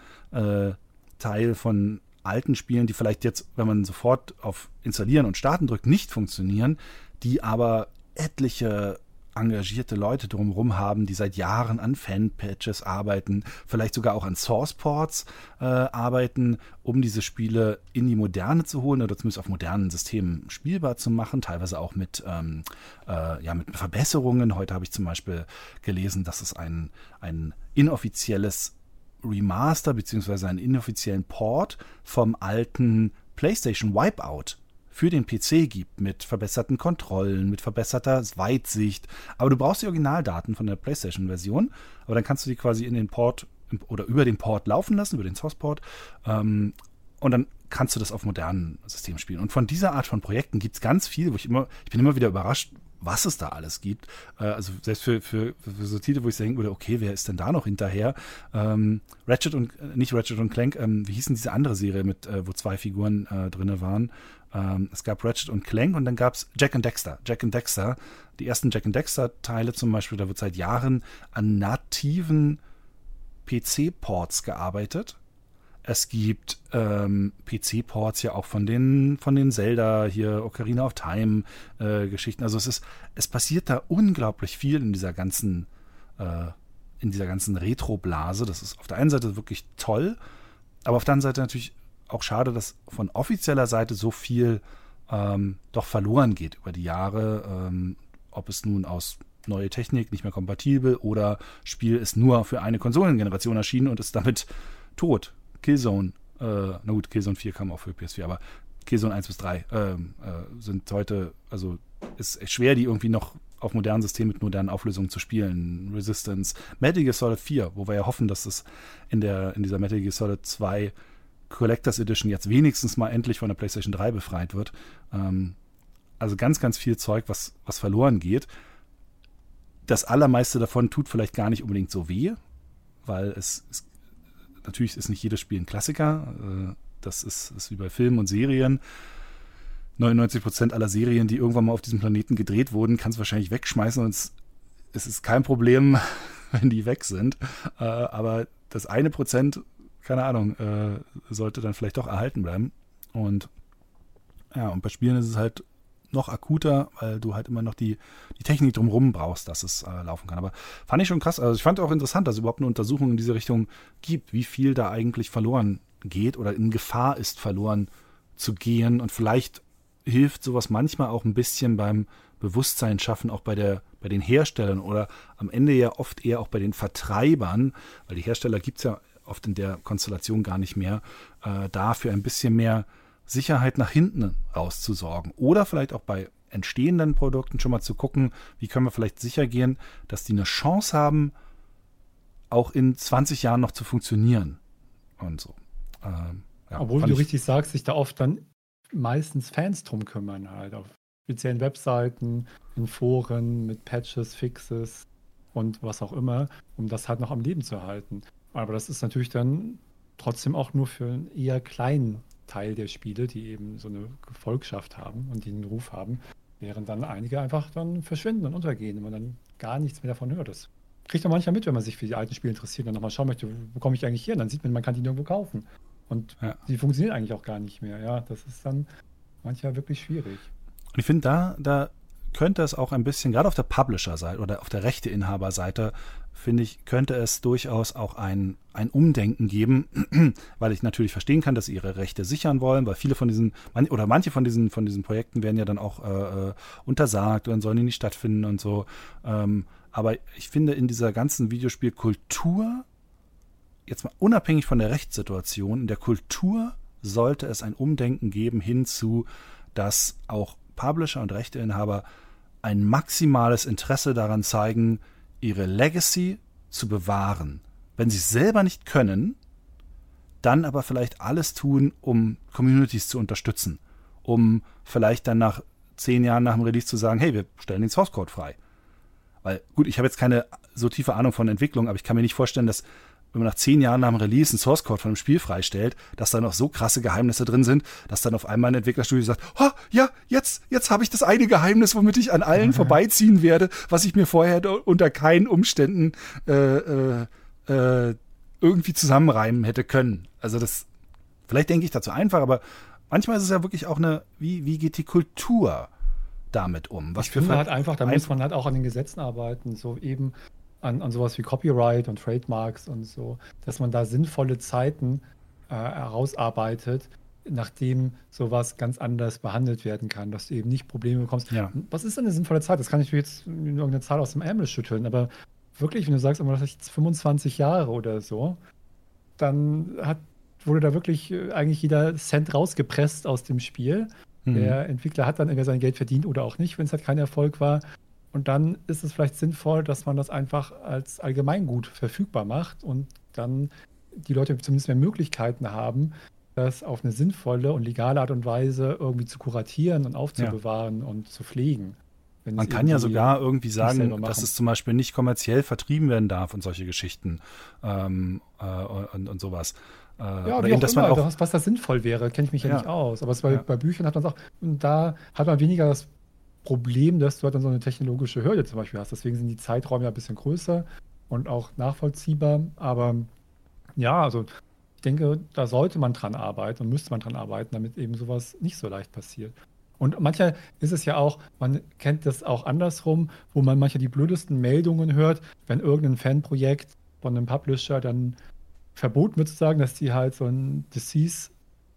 Speaker 2: Teil von alten Spielen, die vielleicht jetzt, wenn man sofort auf Installieren und Starten drückt, nicht funktionieren, die aber etliche engagierte Leute drumherum haben, die seit Jahren an Fan-Patches arbeiten, vielleicht sogar auch an Source-Ports arbeiten, um diese Spiele in die Moderne zu holen oder zumindest auf modernen Systemen spielbar zu machen, teilweise auch mit Verbesserungen. Heute habe ich zum Beispiel gelesen, dass es ein inoffizielles Remaster bzw. einen inoffiziellen Port vom alten PlayStation Wipeout für den PC gibt, mit verbesserten Kontrollen, mit verbesserter Weitsicht. Aber du brauchst die Originaldaten von der PlayStation-Version, aber dann kannst du die quasi in den Port oder über den Port laufen lassen, über den Source-Port, und dann kannst du das auf modernen Systemen spielen. Und von dieser Art von Projekten gibt es ganz viel, ich bin immer wieder überrascht, was es da alles gibt. Also selbst für so Titel, wo ich denken würde, okay, wer ist denn da noch hinterher? Ratchet und Clank, wie hieß denn diese andere Serie, wo 2 Figuren drin waren? Es gab Ratchet und Clank und dann gab es Jak and Daxter. Jak and Daxter, die ersten Jak and Daxter-Teile zum Beispiel, da wird seit Jahren an nativen PC-Ports gearbeitet. Es gibt PC-Ports ja auch von den Zelda, hier Ocarina of Time Geschichten. Also es passiert da unglaublich viel in dieser ganzen Retro-Blase. Das ist auf der einen Seite wirklich toll, aber auf der anderen Seite natürlich auch schade, dass von offizieller Seite so viel doch verloren geht über die Jahre. Ob es nun aus neue Technik, nicht mehr kompatibel oder Spiel ist nur für eine Konsolengeneration erschienen und ist damit tot. Killzone, Killzone 4 kam auch für PS4, aber Killzone 1 bis 3 sind heute, also ist echt schwer, die irgendwie noch auf modernen Systemen mit modernen Auflösungen zu spielen. Resistance, Metal Gear Solid 4, wo wir ja hoffen, dass es in dieser Metal Gear Solid 2 Collectors Edition jetzt wenigstens mal endlich von der PlayStation 3 befreit wird. Also ganz, ganz viel Zeug, was verloren geht. Das allermeiste davon tut vielleicht gar nicht unbedingt so weh, weil natürlich ist nicht jedes Spiel ein Klassiker. Das ist wie bei Filmen und Serien. 99% aller Serien, die irgendwann mal auf diesem Planeten gedreht wurden, kannst du wahrscheinlich wegschmeißen und es ist kein Problem, wenn die weg sind. Aber das 1%, keine Ahnung, sollte dann vielleicht doch erhalten bleiben. Und bei Spielen ist es halt noch akuter, weil du halt immer noch die Technik drumherum brauchst, dass es laufen kann. Aber fand ich schon krass. Also ich fand auch interessant, dass es überhaupt eine Untersuchung in diese Richtung gibt, wie viel da eigentlich verloren geht oder in Gefahr ist, verloren zu gehen. Und vielleicht hilft sowas manchmal auch ein bisschen beim Bewusstsein schaffen, auch bei den Herstellern oder am Ende ja oft eher auch bei den Vertreibern, weil die Hersteller gibt es ja oft in der Konstellation gar nicht mehr, dafür ein bisschen mehr Sicherheit nach hinten rauszusorgen. Oder vielleicht auch bei entstehenden Produkten schon mal zu gucken, wie können wir vielleicht sicher gehen, dass die eine Chance haben, auch in 20 Jahren noch zu funktionieren. Und so.
Speaker 3: Obwohl, wie du richtig sagst, sich da oft dann meistens Fans drum kümmern, halt auf speziellen Webseiten, in Foren, mit Patches, Fixes. und was auch immer, um das halt noch am Leben zu erhalten. Aber das ist natürlich dann trotzdem auch nur für einen eher kleinen Teil der Spiele, die eben so eine Gefolgschaft haben und die einen Ruf haben, während dann einige einfach dann verschwinden und untergehen und man dann gar nichts mehr davon hört. Das kriegt man manchmal mit, wenn man sich für die alten Spiele interessiert und dann nochmal schauen möchte, wo komme ich eigentlich hier? Und dann sieht man kann die nirgendwo kaufen. Und die funktionieren eigentlich auch gar nicht mehr. Ja, das ist dann manchmal wirklich schwierig.
Speaker 2: Und ich finde, da könnte es auch ein bisschen, gerade auf der Publisher-Seite oder auf der Rechteinhaber-Seite, finde ich, könnte es durchaus auch ein Umdenken geben, weil ich natürlich verstehen kann, dass sie ihre Rechte sichern wollen, weil viele von diesen, oder manche von diesen Projekten werden ja dann auch untersagt und sollen nicht stattfinden und so. Aber ich finde, in dieser ganzen Videospielkultur, jetzt mal unabhängig von der Rechtssituation, in der Kultur sollte es ein Umdenken geben hinzu, dass auch Publisher und Rechteinhaber ein maximales Interesse daran zeigen, ihre Legacy zu bewahren. Wenn sie es selber nicht können, dann aber vielleicht alles tun, um Communities zu unterstützen. Um vielleicht dann nach 10 Jahren nach dem Release zu sagen, hey, wir stellen den Source Code frei. Weil, gut, ich habe jetzt keine so tiefe Ahnung von Entwicklung, aber ich kann mir nicht vorstellen, dass wenn man nach 10 Jahren nach dem Release einen Source Code von einem Spiel freistellt, dass da noch so krasse Geheimnisse drin sind, dass dann auf einmal ein Entwicklerstudio sagt, oh, ja, jetzt habe ich das eine Geheimnis, womit ich an allen vorbeiziehen werde, was ich mir vorher unter keinen Umständen irgendwie zusammenreimen hätte können. Also das, vielleicht denke ich dazu einfach, aber manchmal ist es ja wirklich auch wie geht die Kultur damit um?
Speaker 3: Ich finde halt einfach, da muss man halt auch an den Gesetzen arbeiten, so eben an sowas wie Copyright und Trademarks und so, dass man da sinnvolle Zeiten herausarbeitet, nachdem sowas ganz anders behandelt werden kann, dass du eben nicht Probleme bekommst. Ja. Was ist denn eine sinnvolle Zeit? Das kann ich jetzt irgendeine Zahl aus dem Ärmel schütteln, aber wirklich, wenn du sagst, das ist 25 Jahre oder so, dann wurde da wirklich eigentlich jeder Cent rausgepresst aus dem Spiel. Der Entwickler hat dann entweder sein Geld verdient oder auch nicht, wenn es halt kein Erfolg war. Und dann ist es vielleicht sinnvoll, dass man das einfach als Allgemeingut verfügbar macht und dann die Leute zumindest mehr Möglichkeiten haben, das auf eine sinnvolle und legale Art und Weise irgendwie zu kuratieren und aufzubewahren und zu pflegen.
Speaker 2: Man kann ja sogar irgendwie sagen, dass es zum Beispiel nicht kommerziell vertrieben werden darf und solche Geschichten und sowas.
Speaker 3: Ja, oder eben, dass man auch, was da sinnvoll wäre, kenne ich mich ja nicht aus. Aber bei Büchern hat man es auch, und da hat man weniger das Problem, dass du halt dann so eine technologische Hürde zum Beispiel hast. Deswegen sind die Zeiträume ja ein bisschen größer und auch nachvollziehbar. Aber ja, also ich denke, da sollte man dran arbeiten und müsste man dran arbeiten, damit eben sowas nicht so leicht passiert. Und manchmal ist es ja auch, man kennt das auch andersrum, wo man manchmal die blödesten Meldungen hört, wenn irgendein Fanprojekt von einem Publisher dann verboten wird, zu sagen, dass die halt so ein Cease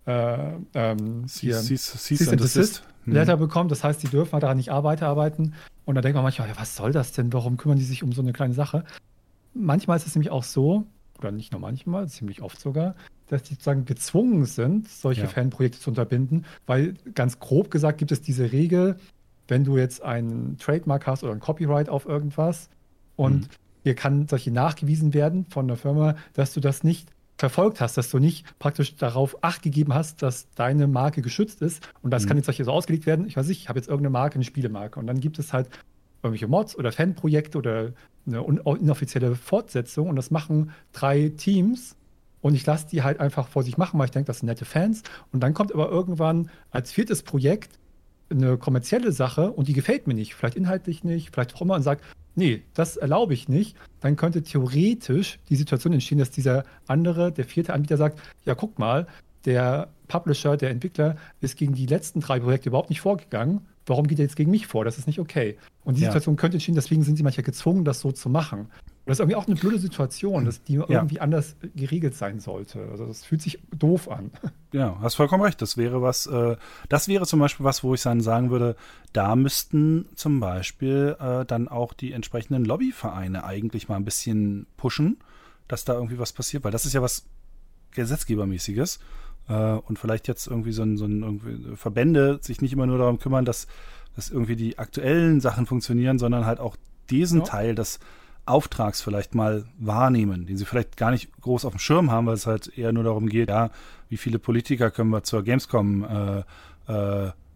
Speaker 3: and Desist Letter bekommt. Das heißt, die dürfen halt daran nicht weiterarbeiten. Und da denkt man manchmal, ja, was soll das denn? Warum kümmern die sich um so eine kleine Sache? Manchmal ist es nämlich auch so, oder nicht nur manchmal, ziemlich oft sogar, dass die sozusagen gezwungen sind, solche Fanprojekte zu unterbinden, weil ganz grob gesagt gibt es diese Regel, wenn du jetzt einen Trademark hast oder ein Copyright auf irgendwas und dir kann solche nachgewiesen werden von der Firma, dass du das nicht verfolgt hast, dass du nicht praktisch darauf Acht gegeben hast, dass deine Marke geschützt ist. Und das kann jetzt solche so ausgelegt werden. Ich weiß nicht, ich habe jetzt irgendeine Marke, eine Spielemarke. Und dann gibt es halt irgendwelche Mods oder Fanprojekte oder eine inoffizielle Fortsetzung. Und das machen 3 Teams. Und ich lasse die halt einfach vor sich machen, weil ich denke, das sind nette Fans. Und dann kommt aber irgendwann als 4. Projekt eine kommerzielle Sache und die gefällt mir nicht. Vielleicht inhaltlich nicht, vielleicht auch immer und sagt, nee, das erlaube ich nicht, dann könnte theoretisch die Situation entstehen, dass der 4. Anbieter sagt, ja, guck mal, der Publisher, der Entwickler ist gegen die letzten 3 Projekte überhaupt nicht vorgegangen. Warum geht er jetzt gegen mich vor? Das ist nicht okay. Und die Situation könnte entstehen, deswegen sind sie manchmal gezwungen, das so zu machen. Und das ist irgendwie auch eine blöde Situation, die irgendwie anders geregelt sein sollte. Also das fühlt sich doof an.
Speaker 2: Ja, hast vollkommen recht. Das wäre zum Beispiel was, wo ich dann sagen würde, da müssten zum Beispiel dann auch die entsprechenden Lobbyvereine eigentlich mal ein bisschen pushen, dass da irgendwie was passiert, weil das ist ja was Gesetzgebermäßiges. Und vielleicht jetzt irgendwie irgendwie Verbände sich nicht immer nur darum kümmern, dass irgendwie die aktuellen Sachen funktionieren, sondern halt auch diesen Teil des Auftrags vielleicht mal wahrnehmen, den sie vielleicht gar nicht groß auf dem Schirm haben, weil es halt eher nur darum geht, ja, wie viele Politiker können wir zur Gamescom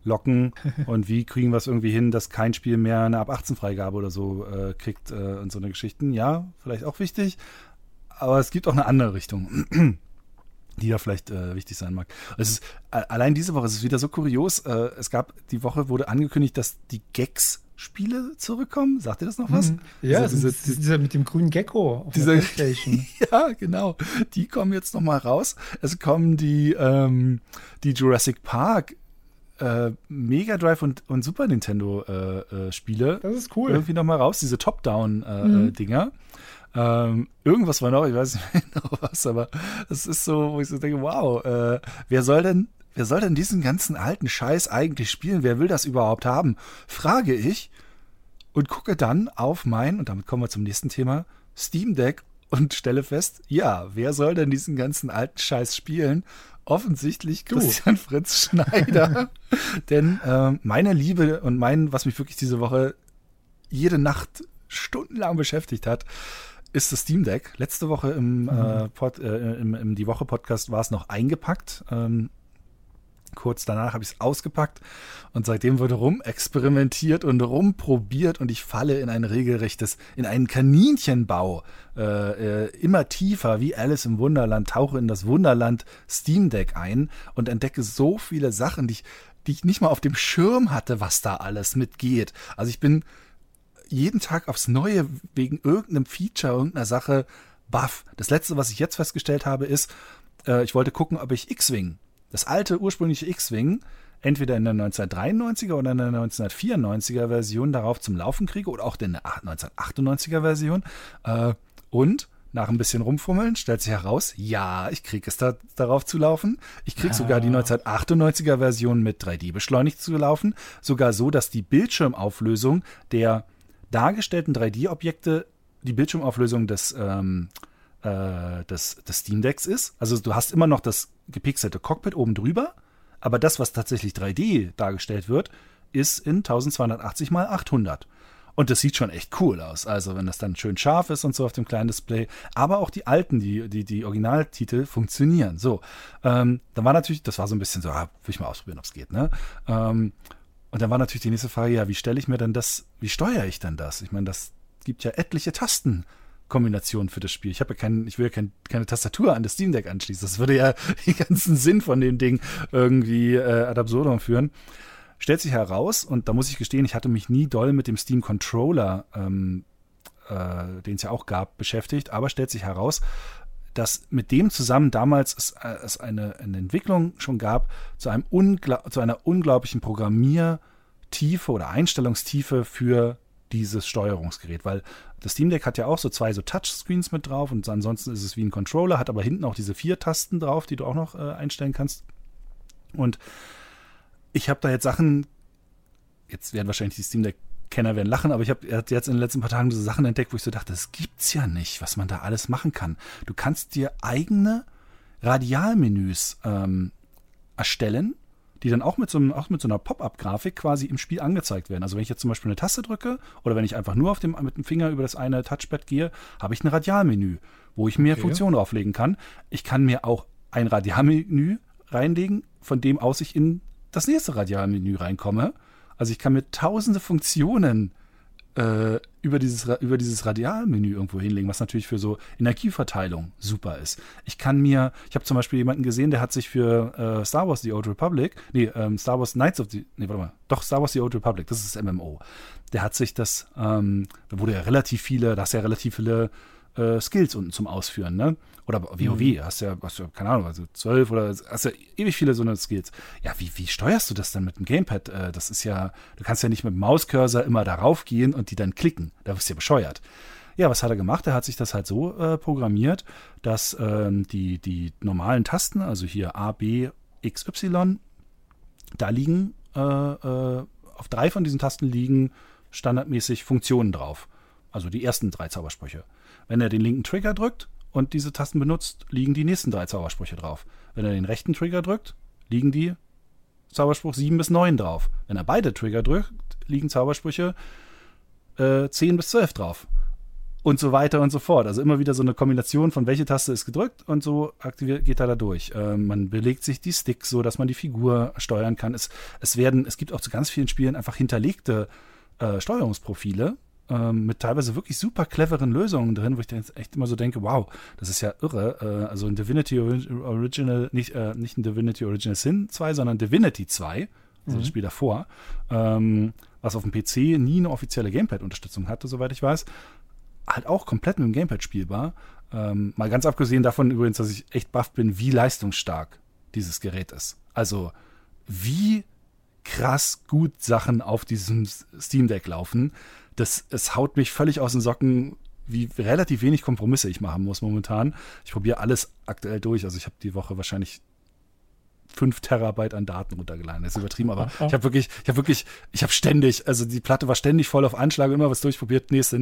Speaker 2: locken und wie kriegen wir es irgendwie hin, dass kein Spiel mehr eine Ab-18-Freigabe oder so kriegt und so eine Geschichten. Ja, vielleicht auch wichtig, aber es gibt auch eine andere Richtung, die da vielleicht wichtig sein mag. Es ist, allein diese Woche ist es wieder so kurios. Die Woche wurde angekündigt, dass die Gex-Spiele zurückkommen. Sagt ihr das noch was?
Speaker 3: Ja, also dieser mit dem grünen Gecko auf der PlayStation.
Speaker 2: Ja, genau. Die kommen jetzt nochmal raus. Es kommen die Jurassic Park Mega Drive und Super Nintendo Spiele.
Speaker 3: Das ist cool.
Speaker 2: Irgendwie nochmal raus, diese Top-Down-Dinger. Irgendwas war noch, ich weiß nicht mehr genau was, aber das ist so, wo ich so denke, wow, wer soll denn diesen ganzen alten Scheiß eigentlich spielen? Wer will das überhaupt haben? Frage ich und gucke dann auf und damit kommen wir zum nächsten Thema, Steam Deck und stelle fest, ja, wer soll denn diesen ganzen alten Scheiß spielen? Offensichtlich Christian Fritz Schneider. Denn meine Liebe und was mich wirklich diese Woche jede Nacht stundenlang beschäftigt hat, ist das Steam Deck. Letzte Woche im Die Woche Podcast war es noch eingepackt. Kurz danach habe ich es ausgepackt und seitdem wurde rumexperimentiert und rumprobiert und ich falle in einen Kaninchenbau immer tiefer wie Alice im Wunderland, tauche in das Wunderland Steam Deck ein und entdecke so viele Sachen, die ich nicht mal auf dem Schirm hatte, was da alles mitgeht. Also ich bin jeden Tag aufs Neue wegen irgendeinem Feature, irgendeiner Sache baff. Das Letzte, was ich jetzt festgestellt habe, ist, ich wollte gucken, ob ich X-Wing, das alte ursprüngliche X-Wing, entweder in der 1993er oder in der 1994er Version darauf zum Laufen kriege oder auch in der 1998er Version. Und nach ein bisschen rumfummeln stellt sich heraus, ja, ich kriege es darauf zu laufen. Ich kriege sogar die 1998er Version mit 3D beschleunigt zu laufen. Sogar so, dass die Bildschirmauflösung der dargestellten 3D-Objekte die Bildschirmauflösung des Steam Decks ist. Also du hast immer noch das gepixelte Cockpit oben drüber, aber das, was tatsächlich 3D dargestellt wird, ist in 1280 x 800. Und das sieht schon echt cool aus. Also wenn das dann schön scharf ist und so auf dem kleinen Display. Aber auch die alten, die Originaltitel funktionieren. So, dann war natürlich, das war so ein bisschen so, will ich mal ausprobieren, ob es geht, ne? Und dann war natürlich die nächste Frage, ja, wie stelle ich mir denn das, wie steuere ich denn das? Ich meine, das gibt ja etliche Tastenkombinationen für das Spiel. Ich will ja keine Tastatur an das Steam Deck anschließen. Das würde ja den ganzen Sinn von dem Ding irgendwie ad absurdum führen. Stellt sich heraus, und da muss ich gestehen, ich hatte mich nie doll mit dem Steam Controller, den es ja auch gab, beschäftigt, aber stellt sich heraus, dass mit dem zusammen damals es eine Entwicklung schon gab zu einer unglaublichen Programmiertiefe oder Einstellungstiefe für dieses Steuerungsgerät, weil das Steam Deck hat ja auch so 2 Touchscreens mit drauf und ansonsten ist es wie ein Controller, hat aber hinten auch diese 4 Tasten drauf, die du auch noch einstellen kannst. Und ich habe da jetzt Sachen, jetzt werden wahrscheinlich die Steam Deck-Kenner lachen, aber ich habe jetzt in den letzten paar Tagen so Sachen entdeckt, wo ich so dachte, das gibt's ja nicht, was man da alles machen kann. Du kannst dir eigene Radialmenüs erstellen, die dann auch mit so einer Pop-up-Grafik quasi im Spiel angezeigt werden. Also wenn ich jetzt zum Beispiel eine Taste drücke oder wenn ich einfach nur mit dem Finger über das eine Touchpad gehe, habe ich ein Radialmenü, wo ich mir Funktionen drauflegen kann. Ich kann mir auch ein Radialmenü reinlegen, von dem aus ich in das nächste Radialmenü reinkomme. Also ich kann mir tausende Funktionen über dieses Radialmenü irgendwo hinlegen, was natürlich für so Energieverteilung super ist. Ich habe zum Beispiel jemanden gesehen, der hat sich für Star Wars The Old Republic, Star Wars Star Wars The Old Republic, das ist das MMO. Der hat sich da hast ja relativ viele Skills unten zum Ausführen, ne? Oder WoW, hast ja, keine Ahnung, also 12 oder hast ja ewig viele so eine Skills. Ja, wie steuerst du das dann mit dem Gamepad? Das ist ja, du kannst ja nicht mit dem Mauscursor immer darauf gehen und die dann klicken. Da wirst du ja bescheuert. Ja, was hat er gemacht? Er hat sich das halt so programmiert, dass die normalen Tasten, also hier A, B, X, Y, da liegen, auf 3 von diesen Tasten liegen standardmäßig Funktionen drauf. Also die ersten 3 Zaubersprüche. Wenn er den linken Trigger drückt und diese Tasten benutzt, liegen die nächsten 3 Zaubersprüche drauf. Wenn er den rechten Trigger drückt, liegen die Zauberspruch 7 bis 9 drauf. Wenn er beide Trigger drückt, liegen Zaubersprüche 10 bis 12 drauf. und so weiter und so fort. Also immer wieder so eine Kombination von welche Taste ist gedrückt und so geht er da durch. Man belegt sich die Sticks so, dass man die Figur steuern kann. Es gibt auch zu ganz vielen Spielen einfach hinterlegte Steuerungsprofile mit teilweise wirklich super cleveren Lösungen drin, wo ich dann echt immer so denke, wow, das ist ja irre. Also ein Divinity Original, nicht ein Divinity Original Sin 2, sondern Divinity 2, also das Spiel davor, was auf dem PC nie eine offizielle Gamepad-Unterstützung hatte, soweit ich weiß, halt auch komplett mit dem Gamepad spielbar. Mal ganz abgesehen davon übrigens, dass ich echt baff bin, wie leistungsstark dieses Gerät ist. Also wie krass gut Sachen auf diesem Steam Deck laufen. Es haut mich völlig aus den Socken, wie relativ wenig Kompromisse ich machen muss momentan. Ich probiere alles aktuell durch. Also ich habe die Woche wahrscheinlich 5 Terabyte an Daten runtergeladen. Das ist übertrieben, aber ich habe ständig, also die Platte war ständig voll auf Anschlag, immer was durchprobiert, nächste.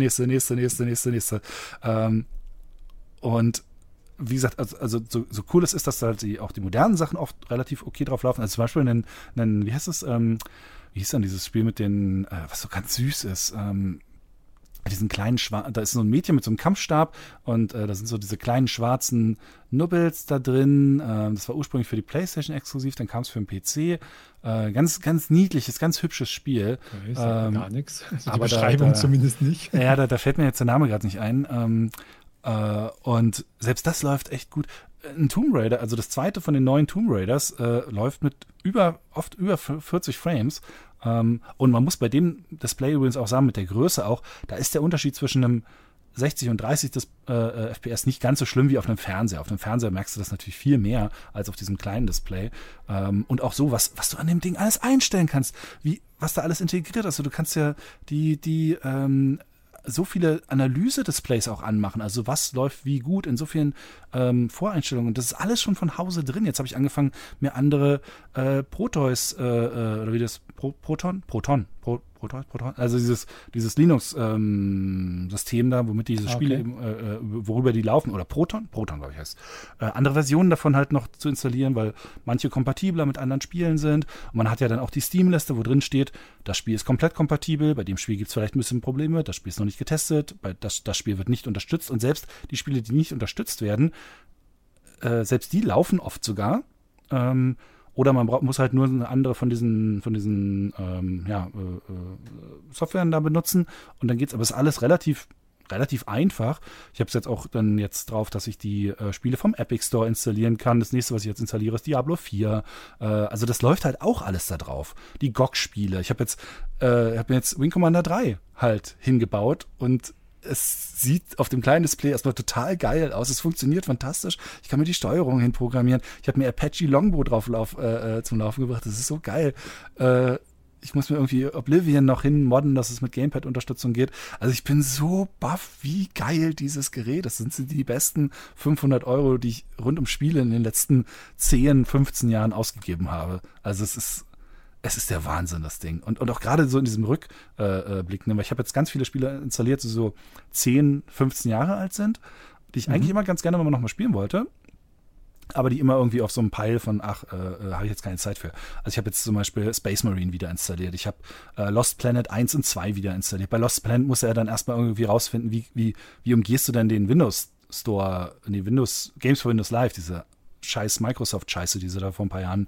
Speaker 2: Und wie gesagt, also so cool es ist, dass halt auch die modernen Sachen oft relativ okay drauf laufen. Also zum Beispiel wie heißt es, wie hieß dann dieses Spiel mit den, was so ganz süß ist, diesen kleinen da ist so ein Mädchen mit so einem Kampfstab und da sind so diese kleinen schwarzen Nubbels da drin. Das war ursprünglich für die PlayStation exklusiv, dann kam es für den PC. Ganz, ganz niedliches, ganz hübsches Spiel.
Speaker 3: Da ist gar nichts. Also die
Speaker 2: aber
Speaker 3: Beschreibung zumindest nicht.
Speaker 2: Ja, da fällt mir jetzt der Name gerade nicht ein. Und selbst das läuft echt gut. Ein Tomb Raider, also das zweite von den neuen Tomb Raiders, läuft mit oft über 40 Frames. Und man muss bei dem Display übrigens auch sagen, mit der Größe auch, da ist der Unterschied zwischen einem 60 und 30 FPS nicht ganz so schlimm wie auf einem Fernseher. Auf einem Fernseher merkst du das natürlich viel mehr als auf diesem kleinen Display. Und auch so, was du an dem Ding alles einstellen kannst, was da alles integriert ist. Also du kannst ja so viele Analyse-Displays auch anmachen, also was läuft wie gut in so vielen Voreinstellungen. Das ist alles schon von Hause drin. Jetzt habe ich angefangen, mir andere Proteus, oder wie das, Proton, also dieses Linux-System da, womit diese Spiele eben, worüber die laufen, oder Proton glaube ich heißt, andere Versionen davon halt noch zu installieren, weil manche kompatibler mit anderen Spielen sind. Und man hat ja dann auch die Steam-Liste, wo drin steht, das Spiel ist komplett kompatibel, bei dem Spiel gibt es vielleicht ein bisschen Probleme, das Spiel ist noch nicht getestet, das Spiel wird nicht unterstützt und selbst die Spiele, die nicht unterstützt werden, selbst die laufen oft sogar. Oder man muss halt nur eine andere von diesen Softwaren da benutzen und dann geht's. Aber es ist alles relativ einfach. Ich habe es jetzt auch dann drauf, dass ich die Spiele vom Epic Store installieren kann. Das nächste, was ich jetzt installiere, ist Diablo 4. Also das läuft halt auch alles da drauf. Die GOG-Spiele. Ich habe mir jetzt Wing Commander 3 halt hingebaut und es sieht auf dem kleinen Display erstmal total geil aus. Es funktioniert fantastisch. Ich kann mir die Steuerung hinprogrammieren. Ich habe mir Apache Longbow zum Laufen gebracht. Das ist so geil. Ich muss mir irgendwie Oblivion noch hinmodden, dass es mit Gamepad-Unterstützung geht. Also ich bin so baff, wie geil dieses Gerät. Das sind die besten 500 €, die ich rund um Spiele in den letzten 10, 15 Jahren ausgegeben habe. Also es ist der Wahnsinn, das Ding. Und auch gerade so in diesem Rückblick, weil ich habe jetzt ganz viele Spiele installiert, die so 10, 15 Jahre alt sind, die ich eigentlich immer ganz gerne mal nochmal spielen wollte, aber die immer irgendwie auf so einem Peil von, habe ich jetzt keine Zeit für. Also ich habe jetzt zum Beispiel Space Marine wieder installiert. Ich habe Lost Planet 1 und 2 wieder installiert. Bei Lost Planet muss er dann erstmal irgendwie rausfinden, wie umgehst du denn den Windows Store, Games for Windows Live, diese scheiß Microsoft-Scheiße, die sie da vor ein paar Jahren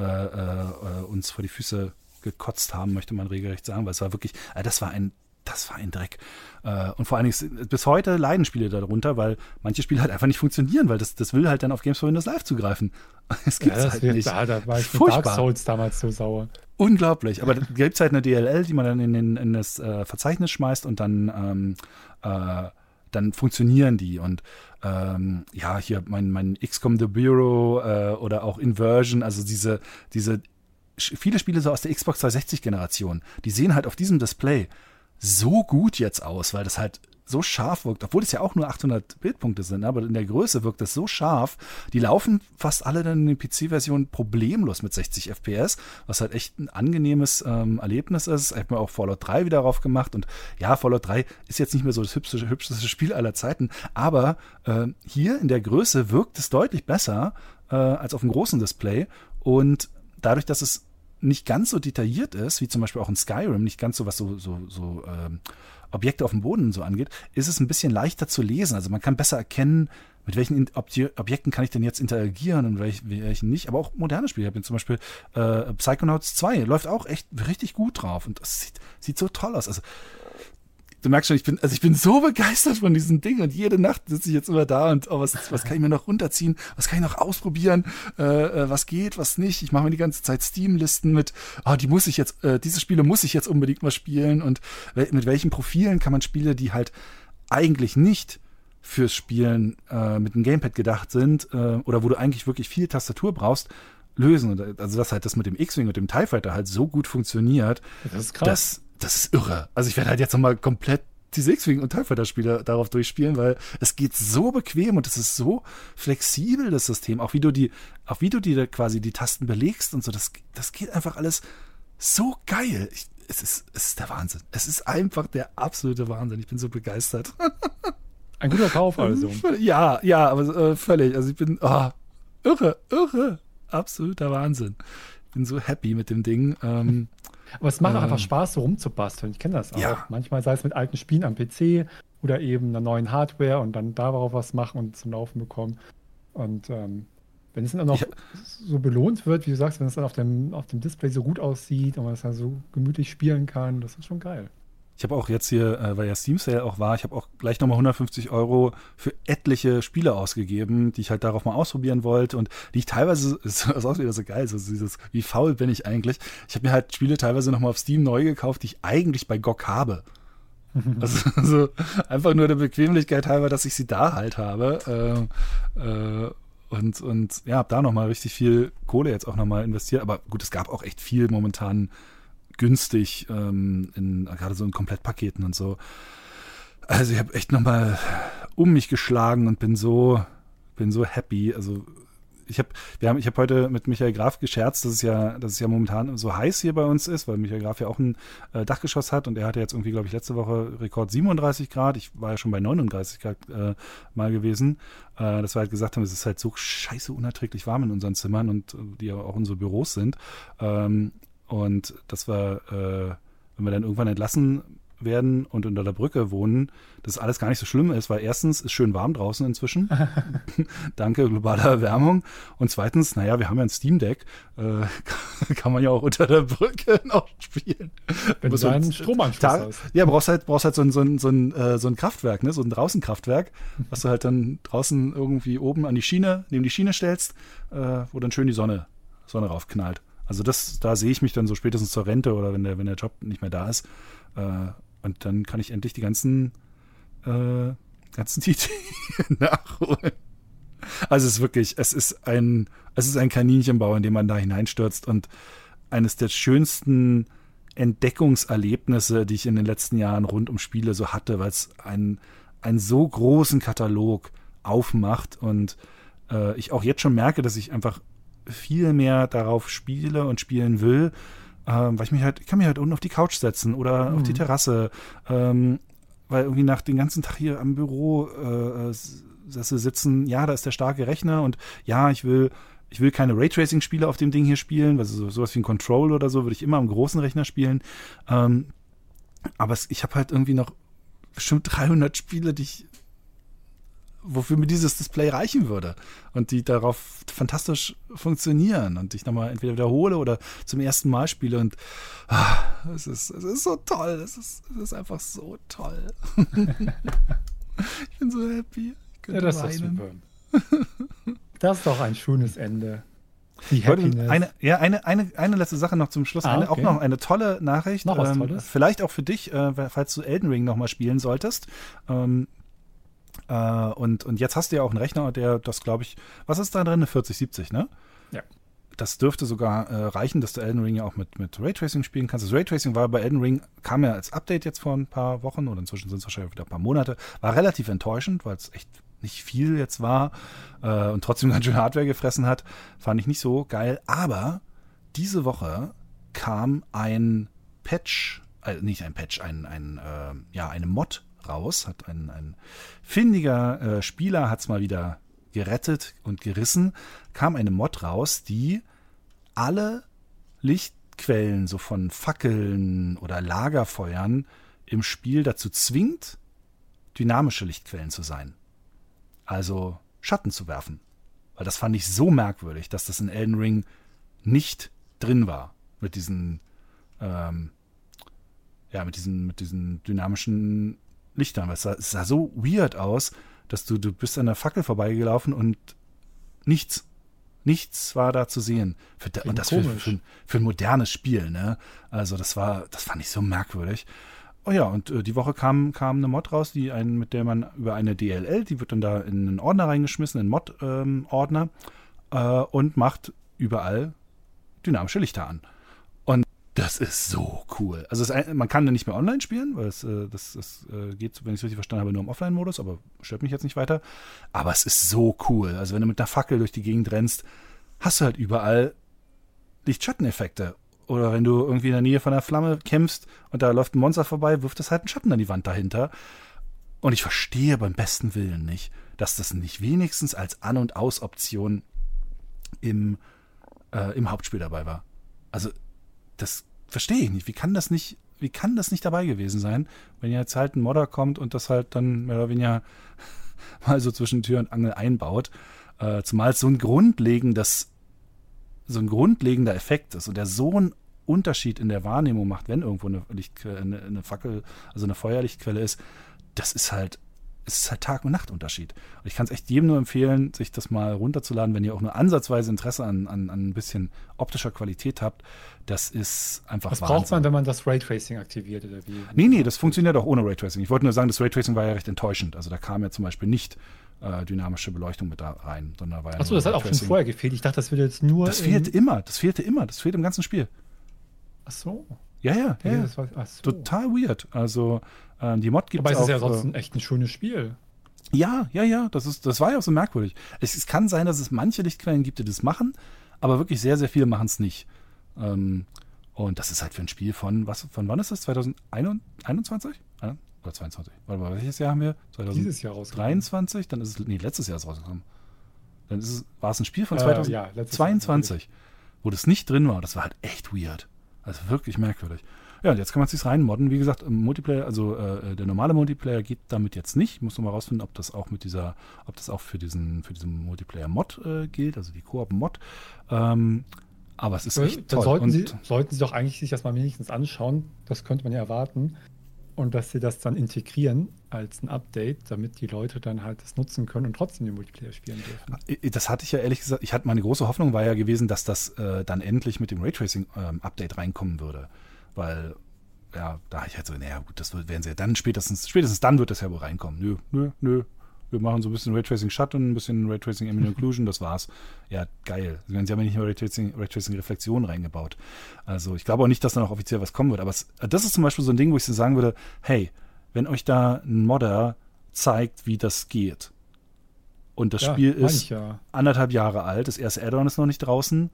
Speaker 2: uns vor die Füße gekotzt haben, möchte man regelrecht sagen, weil es war wirklich, das war ein Dreck. Und vor allen Dingen bis heute leiden Spiele darunter, weil manche Spiele halt einfach nicht funktionieren, weil das will halt dann auf Games for Windows Live zugreifen. Es gibt halt nicht.
Speaker 3: Da war ich mit Dark Souls damals so sauer.
Speaker 2: Unglaublich. Aber da gibt es halt eine DLL, die man dann in das Verzeichnis schmeißt und dann funktionieren die. Und hier mein XCOM The Bureau oder auch Inversion, also diese viele Spiele so aus der Xbox 360-Generation, die sehen halt auf diesem Display so gut jetzt aus, weil das halt so scharf wirkt, obwohl es ja auch nur 800 Bildpunkte sind, aber in der Größe wirkt das so scharf. Die laufen fast alle dann in den PC-Versionen problemlos mit 60 FPS, was halt echt ein angenehmes Erlebnis ist. Ich habe mir auch Fallout 3 wieder drauf gemacht und ja, Fallout 3 ist jetzt nicht mehr so das hübscheste Spiel aller Zeiten, aber hier in der Größe wirkt es deutlich besser als auf dem großen Display und dadurch, dass es nicht ganz so detailliert ist, wie zum Beispiel auch in Skyrim, nicht ganz so, was so Objekte auf dem Boden so angeht, ist es ein bisschen leichter zu lesen. Also man kann besser erkennen, mit welchen Objekten kann ich denn jetzt interagieren und welchen nicht. Aber auch moderne Spiele. Ich habe zum Beispiel Psychonauts 2, läuft auch echt richtig gut drauf. Und das sieht so toll aus. Also du merkst schon, ich bin so begeistert von diesem Ding und jede Nacht sitze ich jetzt immer da und was kann ich mir noch runterziehen, was kann ich noch ausprobieren, was geht, was nicht. Ich mache mir die ganze Zeit Steam-Listen mit, diese Spiele muss ich jetzt unbedingt mal spielen und mit welchen Profilen kann man Spiele, die halt eigentlich nicht fürs Spielen mit dem Gamepad gedacht sind oder wo du eigentlich wirklich viel Tastatur brauchst, lösen. Und also dass halt das mit dem X-Wing und dem TIE Fighter halt so gut funktioniert,
Speaker 3: Das ist krass.
Speaker 2: das ist irre. Also ich werde halt jetzt nochmal komplett diese X-Wing und TIE Fighter Spiele darauf durchspielen, weil es geht so bequem und es ist so flexibel, das System. Auch wie du dir quasi die Tasten belegst und so, das geht einfach alles so geil. Es ist der Wahnsinn. Es ist einfach der absolute Wahnsinn. Ich bin so begeistert.
Speaker 3: Ein guter Kauf also.
Speaker 2: Ja, aber völlig. Also ich bin irre. Absoluter Wahnsinn. Ich bin so happy mit dem Ding.
Speaker 3: Aber es macht auch einfach Spaß, so rumzubasteln. Ich kenne das auch.
Speaker 2: Ja.
Speaker 3: Manchmal sei es mit alten Spielen am PC oder eben einer neuen Hardware und dann darauf was machen und zum Laufen bekommen. Und wenn es dann noch so belohnt wird, wie du sagst, wenn es dann auf dem Display so gut aussieht und man es dann so gemütlich spielen kann, das ist schon geil.
Speaker 2: Ich habe auch jetzt hier, weil ja Steam Sale auch war, ich habe auch gleich nochmal 150 € für etliche Spiele ausgegeben, die ich halt darauf mal ausprobieren wollte und die ich teilweise, ist auch wieder so geil, so dieses, wie faul bin ich eigentlich. Ich habe mir halt Spiele teilweise nochmal auf Steam neu gekauft, die ich eigentlich bei GOG habe. Also einfach nur der Bequemlichkeit halber, dass ich sie da halt habe. Und ja, habe da nochmal richtig viel Kohle jetzt auch nochmal investiert. Aber gut, es gab auch echt viel momentan günstig, gerade so in Komplettpaketen und so. Also ich habe echt nochmal um mich geschlagen und bin so happy. Also ich habe heute mit Michael Graf gescherzt, dass es ja momentan so heiß hier bei uns ist, weil Michael Graf ja auch ein Dachgeschoss hat und er hatte jetzt irgendwie, glaube ich, letzte Woche Rekord 37 Grad. Ich war ja schon bei 39 Grad mal gewesen. Dass wir halt gesagt haben, es ist halt so scheiße unerträglich warm in unseren Zimmern und die ja auch unsere Büros sind. Und dass wir, wenn wir dann irgendwann entlassen werden und unter der Brücke wohnen, dass alles gar nicht so schlimm ist, weil erstens ist schön warm draußen inzwischen. Danke, globale Erwärmung. Und zweitens, naja, wir haben ja ein Steam Deck, kann man ja auch unter der Brücke noch spielen.
Speaker 3: Wenn du einen Stromanschluss hast.
Speaker 2: Ja, brauchst halt so ein Kraftwerk, ne? So ein Draußenkraftwerk, was du halt dann draußen irgendwie oben neben die Schiene stellst, wo dann schön die Sonne raufknallt. Also da sehe ich mich dann so spätestens zur Rente oder wenn der Job nicht mehr da ist. Und dann kann ich endlich die ganzen Ideen nachholen. Also es ist ein Kaninchenbau, in dem man da hineinstürzt und eines der schönsten Entdeckungserlebnisse, die ich in den letzten Jahren rund um Spiele so hatte, weil es einen so großen Katalog aufmacht und ich auch jetzt schon merke, dass ich einfach viel mehr darauf spiele und spielen will, weil ich kann mich halt unten auf die Couch setzen oder auf die Terrasse, weil irgendwie nach den ganzen Tag hier am Büro sitzen, ja, da ist der starke Rechner und ja, ich will keine Raytracing-Spiele auf dem Ding hier spielen, also sowas wie ein Control oder so würde ich immer am großen Rechner spielen, aber ich habe halt irgendwie noch bestimmt 300 Spiele, wofür mir dieses Display reichen würde und die darauf fantastisch funktionieren und ich nochmal entweder wiederhole oder zum ersten Mal spiele und es ist so toll, es ist einfach so toll. Ich bin so happy.
Speaker 3: Ja, das ist doch super. Das ist doch ein schönes Ende. Die Happiness.
Speaker 2: Eine letzte Sache noch zum Schluss.
Speaker 3: Okay.
Speaker 2: Auch noch eine tolle Nachricht.
Speaker 3: Noch was Tolles?
Speaker 2: Vielleicht auch für dich, falls du Elden Ring nochmal spielen solltest. Und jetzt hast du ja auch einen Rechner, der das, glaube ich, was ist da drin? Eine 4070, ne?
Speaker 3: Ja.
Speaker 2: Das dürfte sogar reichen, dass du Elden Ring ja auch mit Raytracing spielen kannst. Das Raytracing war bei Elden Ring, kam ja als Update jetzt vor ein paar Wochen oder inzwischen sind es wahrscheinlich wieder ein paar Monate, war relativ enttäuschend, weil es echt nicht viel jetzt war und trotzdem ganz schön Hardware gefressen hat. Fand ich nicht so geil. Aber diese Woche kam ein Patch, eine Mod raus, hat ein findiger Spieler hat es mal wieder gerettet und gerissen, kam eine Mod raus, die alle Lichtquellen, so von Fackeln oder Lagerfeuern im Spiel dazu zwingt, dynamische Lichtquellen zu sein. Also Schatten zu werfen. Weil das fand ich so merkwürdig, dass das in Elden Ring nicht drin war. Mit diesen, mit diesen dynamischen Lichtern. Es sah so weird aus, dass du bist an der Fackel vorbeigelaufen und nichts war da zu sehen. Und das für ein modernes Spiel, ne? Also das fand ich so merkwürdig. Oh ja, und die Woche kam eine Mod raus, mit der man über eine DLL, die wird dann da in einen Ordner reingeschmissen, in einen Mod-Ordner, und macht überall dynamische Lichter an. Und das ist so cool. Also man kann da nicht mehr online spielen, weil das geht, wenn ich es richtig verstanden habe, nur im Offline-Modus, aber stört mich jetzt nicht weiter. Aber es ist so cool. Also wenn du mit einer Fackel durch die Gegend rennst, hast du halt überall Lichtschatteneffekte. Oder wenn du irgendwie in der Nähe von einer Flamme kämpfst und da läuft ein Monster vorbei, wirft es halt einen Schatten an die Wand dahinter. Und ich verstehe beim besten Willen nicht, dass das nicht wenigstens als An- und Aus-Option im Hauptspiel dabei war. Also das verstehe ich nicht. Wie kann das nicht dabei gewesen sein, wenn jetzt halt ein Modder kommt und das halt dann mehr oder weniger mal so zwischen Tür und Angel einbaut. Zumal es so ein grundlegender Effekt ist und der so einen Unterschied in der Wahrnehmung macht, wenn irgendwo eine Fackel, also eine Feuerlichtquelle ist, es ist halt Tag- und Nachtunterschied. Und ich kann es echt jedem nur empfehlen, sich das mal runterzuladen, wenn ihr auch nur ansatzweise Interesse an ein bisschen optischer Qualität habt. Das ist einfach
Speaker 3: Was
Speaker 2: Wahnsinn.
Speaker 3: braucht man, wenn man das Raytracing aktiviert? Oder wie?
Speaker 2: Nee, das funktioniert auch ohne Raytracing. Ich wollte nur sagen, das Raytracing war ja recht enttäuschend. Also da kam ja zum Beispiel nicht dynamische Beleuchtung mit da rein, sondern war ja
Speaker 3: Achso, das hat auch schon vorher gefehlt. Ich dachte, das würde jetzt nur.
Speaker 2: Das fehlt immer. Das fehlt im ganzen Spiel.
Speaker 3: Ach so.
Speaker 2: Ja.
Speaker 3: Das war, ach so.
Speaker 2: Total weird. Also die Mod gibt es auch.
Speaker 3: Aber es ist ja trotzdem echt ein schönes Spiel.
Speaker 2: Ja. Das war ja auch so merkwürdig. Es kann sein, dass es manche Lichtquellen gibt, die das machen, aber wirklich sehr, sehr viele machen es nicht. Und das ist halt für ein Spiel von wann ist das? 2021? Oder 22? Warte mal, welches Jahr haben wir?
Speaker 3: Dieses Jahr rausgekommen.
Speaker 2: 23? Dann ist es, letztes Jahr ist rausgekommen. Dann war es ein Spiel von
Speaker 3: ja,
Speaker 2: 2022, wo das nicht drin war. Das war halt echt weird. Also wirklich merkwürdig. Ja, und jetzt kann man es sich reinmodden. Wie gesagt, im Multiplayer, also der normale Multiplayer geht damit jetzt nicht. Ich muss noch mal rausfinden, ob das auch für diesen Multiplayer-Mod gilt, also die Koop-Mod. Aber es ist echt toll.
Speaker 3: Sollten Sie doch eigentlich sich das mal wenigstens anschauen. Das könnte man ja erwarten. Und dass sie das dann integrieren als ein Update, damit die Leute dann halt das nutzen können und trotzdem den Multiplayer spielen dürfen.
Speaker 2: Das hatte ich ja ehrlich gesagt, meine große Hoffnung war ja gewesen, dass das dann endlich mit dem Raytracing-Update reinkommen würde. Weil, ja, da hatte ich halt so, naja gut, das werden sie ja dann spätestens dann wird das ja wohl reinkommen. Nö. Wir machen so ein bisschen Raytracing Schatten, ein bisschen Raytracing Ambient Occlusion, das war's. Ja, geil. Sie haben ja nicht nur Raytracing Reflexion reingebaut. Also ich glaube auch nicht, dass da noch offiziell was kommen wird. Aber das ist zum Beispiel so ein Ding, wo ich so sagen würde, hey, wenn euch da ein Modder zeigt, wie das geht und das Spiel ist 1,5 Jahre alt, das erste Add-on ist noch nicht draußen,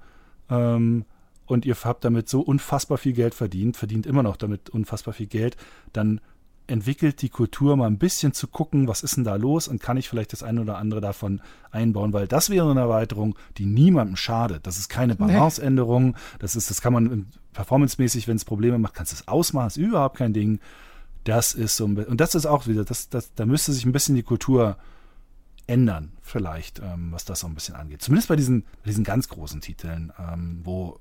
Speaker 2: und ihr habt damit so unfassbar viel Geld verdient immer noch damit unfassbar viel Geld, dann entwickelt die Kultur mal ein bisschen zu gucken, was ist denn da los und kann ich vielleicht das eine oder andere davon einbauen, weil das wäre eine Erweiterung, die niemandem schadet. Das ist keine Balanceänderung, das kann man performancemäßig, wenn es Probleme macht, kannst du es ausmachen, ist überhaupt kein Ding. Das ist so und das ist auch wieder, da müsste sich ein bisschen die Kultur ändern, vielleicht, was das so ein bisschen angeht. Zumindest bei diesen ganz großen Titeln, wo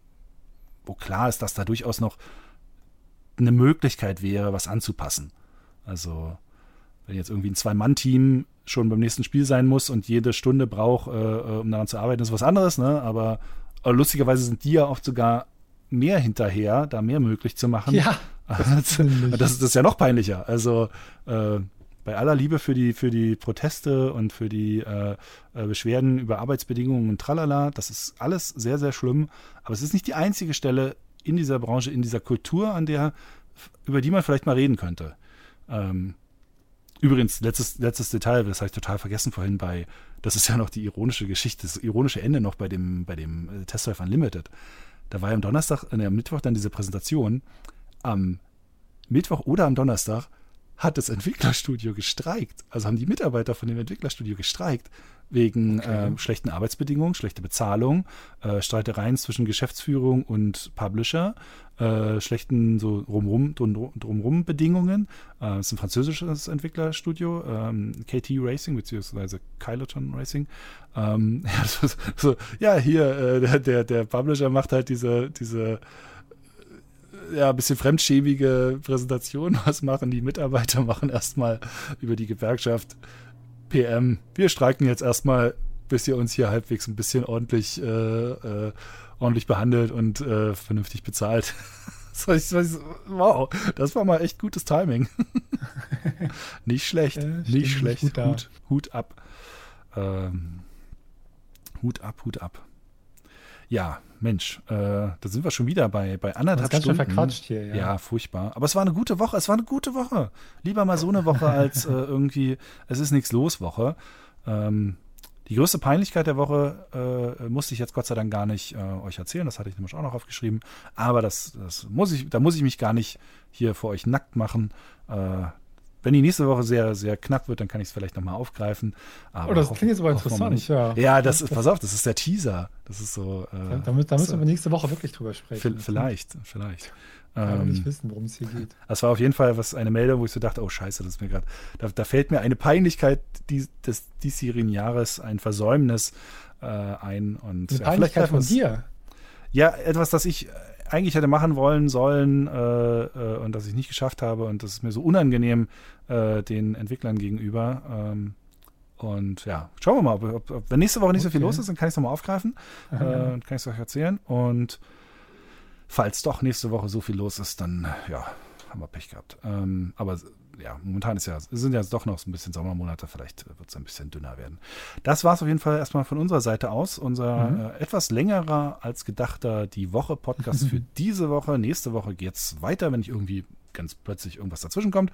Speaker 2: klar ist, dass da durchaus noch eine Möglichkeit wäre, was anzupassen. Also wenn jetzt irgendwie ein 2-Mann-Team schon beim nächsten Spiel sein muss und jede Stunde braucht, um daran zu arbeiten, ist was anderes, ne? Aber lustigerweise sind die ja oft sogar mehr hinterher, da mehr möglich zu machen.
Speaker 3: Ja.
Speaker 2: Das ist ja noch peinlicher. Also bei aller Liebe für die Proteste und für die Beschwerden über Arbeitsbedingungen und tralala, das ist alles sehr, sehr schlimm. Aber es ist nicht die einzige Stelle in dieser Branche, in dieser Kultur, über die man vielleicht mal reden könnte. Übrigens, letztes Detail, das habe ich total vergessen vorhin das ist ja noch die ironische Geschichte, das ironische Ende noch bei dem Test Drive Unlimited. Da war ja am Mittwoch dann diese Präsentation. Am Mittwoch oder am Donnerstag hat das Entwicklerstudio gestreikt. Also haben die Mitarbeiter von dem Entwicklerstudio gestreikt wegen schlechten Arbeitsbedingungen, schlechte Bezahlung, Streitereien zwischen Geschäftsführung und Publisher, schlechten so drumrum Bedingungen. Es ist ein französisches Entwicklerstudio, KT Racing beziehungsweise Kyloton Racing. Hier, der Publisher macht halt diese ein bisschen fremdschäbige Präsentation. Was machen die Mitarbeiter? Machen erstmal über die Gewerkschaft PM. Wir streiken jetzt erstmal, bis ihr uns hier halbwegs ein bisschen ordentlich behandelt und vernünftig bezahlt. Wow, das war mal echt gutes Timing. Nicht schlecht, nicht schlecht. Hut ab. Hut ab. Ja, Mensch, da sind wir schon wieder bei anderthalb
Speaker 3: ganz
Speaker 2: Stunden.
Speaker 3: schön verquatscht hier, ja.
Speaker 2: Ja, furchtbar. Aber es war eine gute Woche. Lieber mal so eine Woche als irgendwie, es ist nichts los Woche. Die größte Peinlichkeit der Woche musste ich jetzt Gott sei Dank gar nicht euch erzählen. Das hatte ich nämlich auch noch aufgeschrieben. Aber da muss ich mich gar nicht hier vor euch nackt machen. Wenn die nächste Woche sehr, sehr knapp wird, dann kann ich es vielleicht nochmal aufgreifen. Aber
Speaker 3: das klingt jetzt aber interessant.
Speaker 2: Ja, pass auf, das ist der Teaser. Das ist so.
Speaker 3: Da müssen wir nächste Woche wirklich drüber sprechen.
Speaker 2: Vielleicht.
Speaker 3: Ich kann nicht wissen, worum es hier geht.
Speaker 2: Das war auf jeden Fall eine Meldung, wo ich so dachte, oh Scheiße, das ist mir gerade. Da fällt mir eine Peinlichkeit des diesjährigen Jahres, ein Versäumnis ein. Und
Speaker 3: eine Peinlichkeit von dir?
Speaker 2: Ja, etwas, das ich eigentlich hätte machen sollen und das ich nicht geschafft habe, und das ist mir so unangenehm den Entwicklern gegenüber. Und ja, schauen wir mal, ob wenn nächste Woche nicht so viel los ist, dann kann ich es nochmal aufgreifen und kann ich es euch erzählen. Und falls doch nächste Woche so viel los ist, dann haben wir Pech gehabt. Aber ja, momentan sind ja doch noch so ein bisschen Sommermonate, vielleicht wird es ein bisschen dünner werden. Das war es auf jeden Fall erstmal von unserer Seite aus. Unser etwas längerer als gedachter Die Woche-Podcast für diese Woche. Nächste Woche geht es weiter, wenn nicht irgendwie ganz plötzlich irgendwas dazwischen kommt.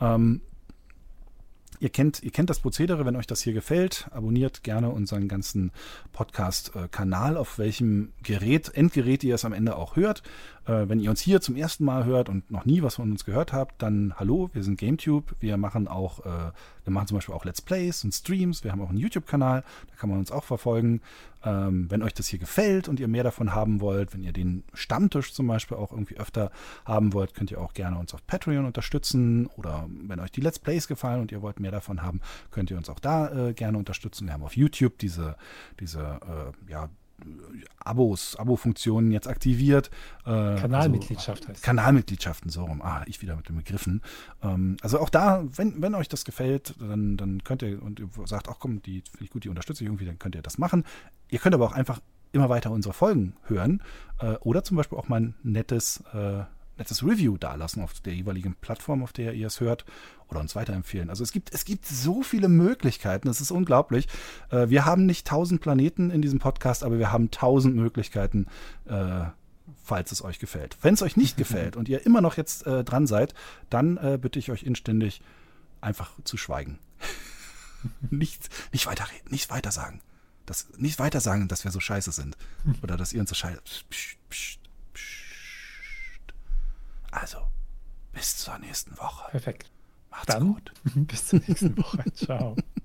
Speaker 2: Ihr kennt das Prozedere, wenn euch das hier gefällt, abonniert gerne unseren ganzen Podcast-Kanal, auf welchem Endgerät ihr es am Ende auch hört. Wenn ihr uns hier zum ersten Mal hört und noch nie was von uns gehört habt, dann hallo, wir sind GameTube. Wir machen zum Beispiel auch Let's Plays und Streams. Wir haben auch einen YouTube-Kanal, da kann man uns auch verfolgen. Wenn euch das hier gefällt und ihr mehr davon haben wollt, wenn ihr den Stammtisch zum Beispiel auch irgendwie öfter haben wollt, könnt ihr auch gerne uns auf Patreon unterstützen, oder wenn euch die Let's Plays gefallen und ihr wollt mehr davon haben, könnt ihr uns auch da gerne unterstützen. Wir haben auf YouTube diese Abo-Funktionen jetzt aktiviert.
Speaker 3: Kanalmitgliedschaft heißt
Speaker 2: Kanalmitgliedschaften, so rum. Ich wieder mit den Begriffen. Also auch da, wenn euch das gefällt, dann könnt ihr, und ihr sagt, ach komm, die finde ich gut, die unterstütze ich irgendwie, dann könnt ihr das machen. Ihr könnt aber auch einfach immer weiter unsere Folgen hören oder zum Beispiel auch mal ein nettes Review dalassen auf der jeweiligen Plattform, auf der ihr es hört, oder uns weiterempfehlen. Also es gibt so viele Möglichkeiten, es ist unglaublich. Wir haben nicht 1000 Planeten in diesem Podcast, aber wir haben 1000 Möglichkeiten, falls es euch gefällt. Wenn es euch nicht gefällt und ihr immer noch jetzt dran seid, dann bitte ich euch inständig, einfach zu schweigen. Nicht weiterreden, nicht weiter sagen. Nicht weiter sagen, dass wir so scheiße sind. Oder dass ihr uns so scheiße... Psst, psst, psst. Also, bis zur nächsten Woche.
Speaker 3: Perfekt.
Speaker 2: Macht's gut.
Speaker 3: Bis zur nächsten Woche. Ciao.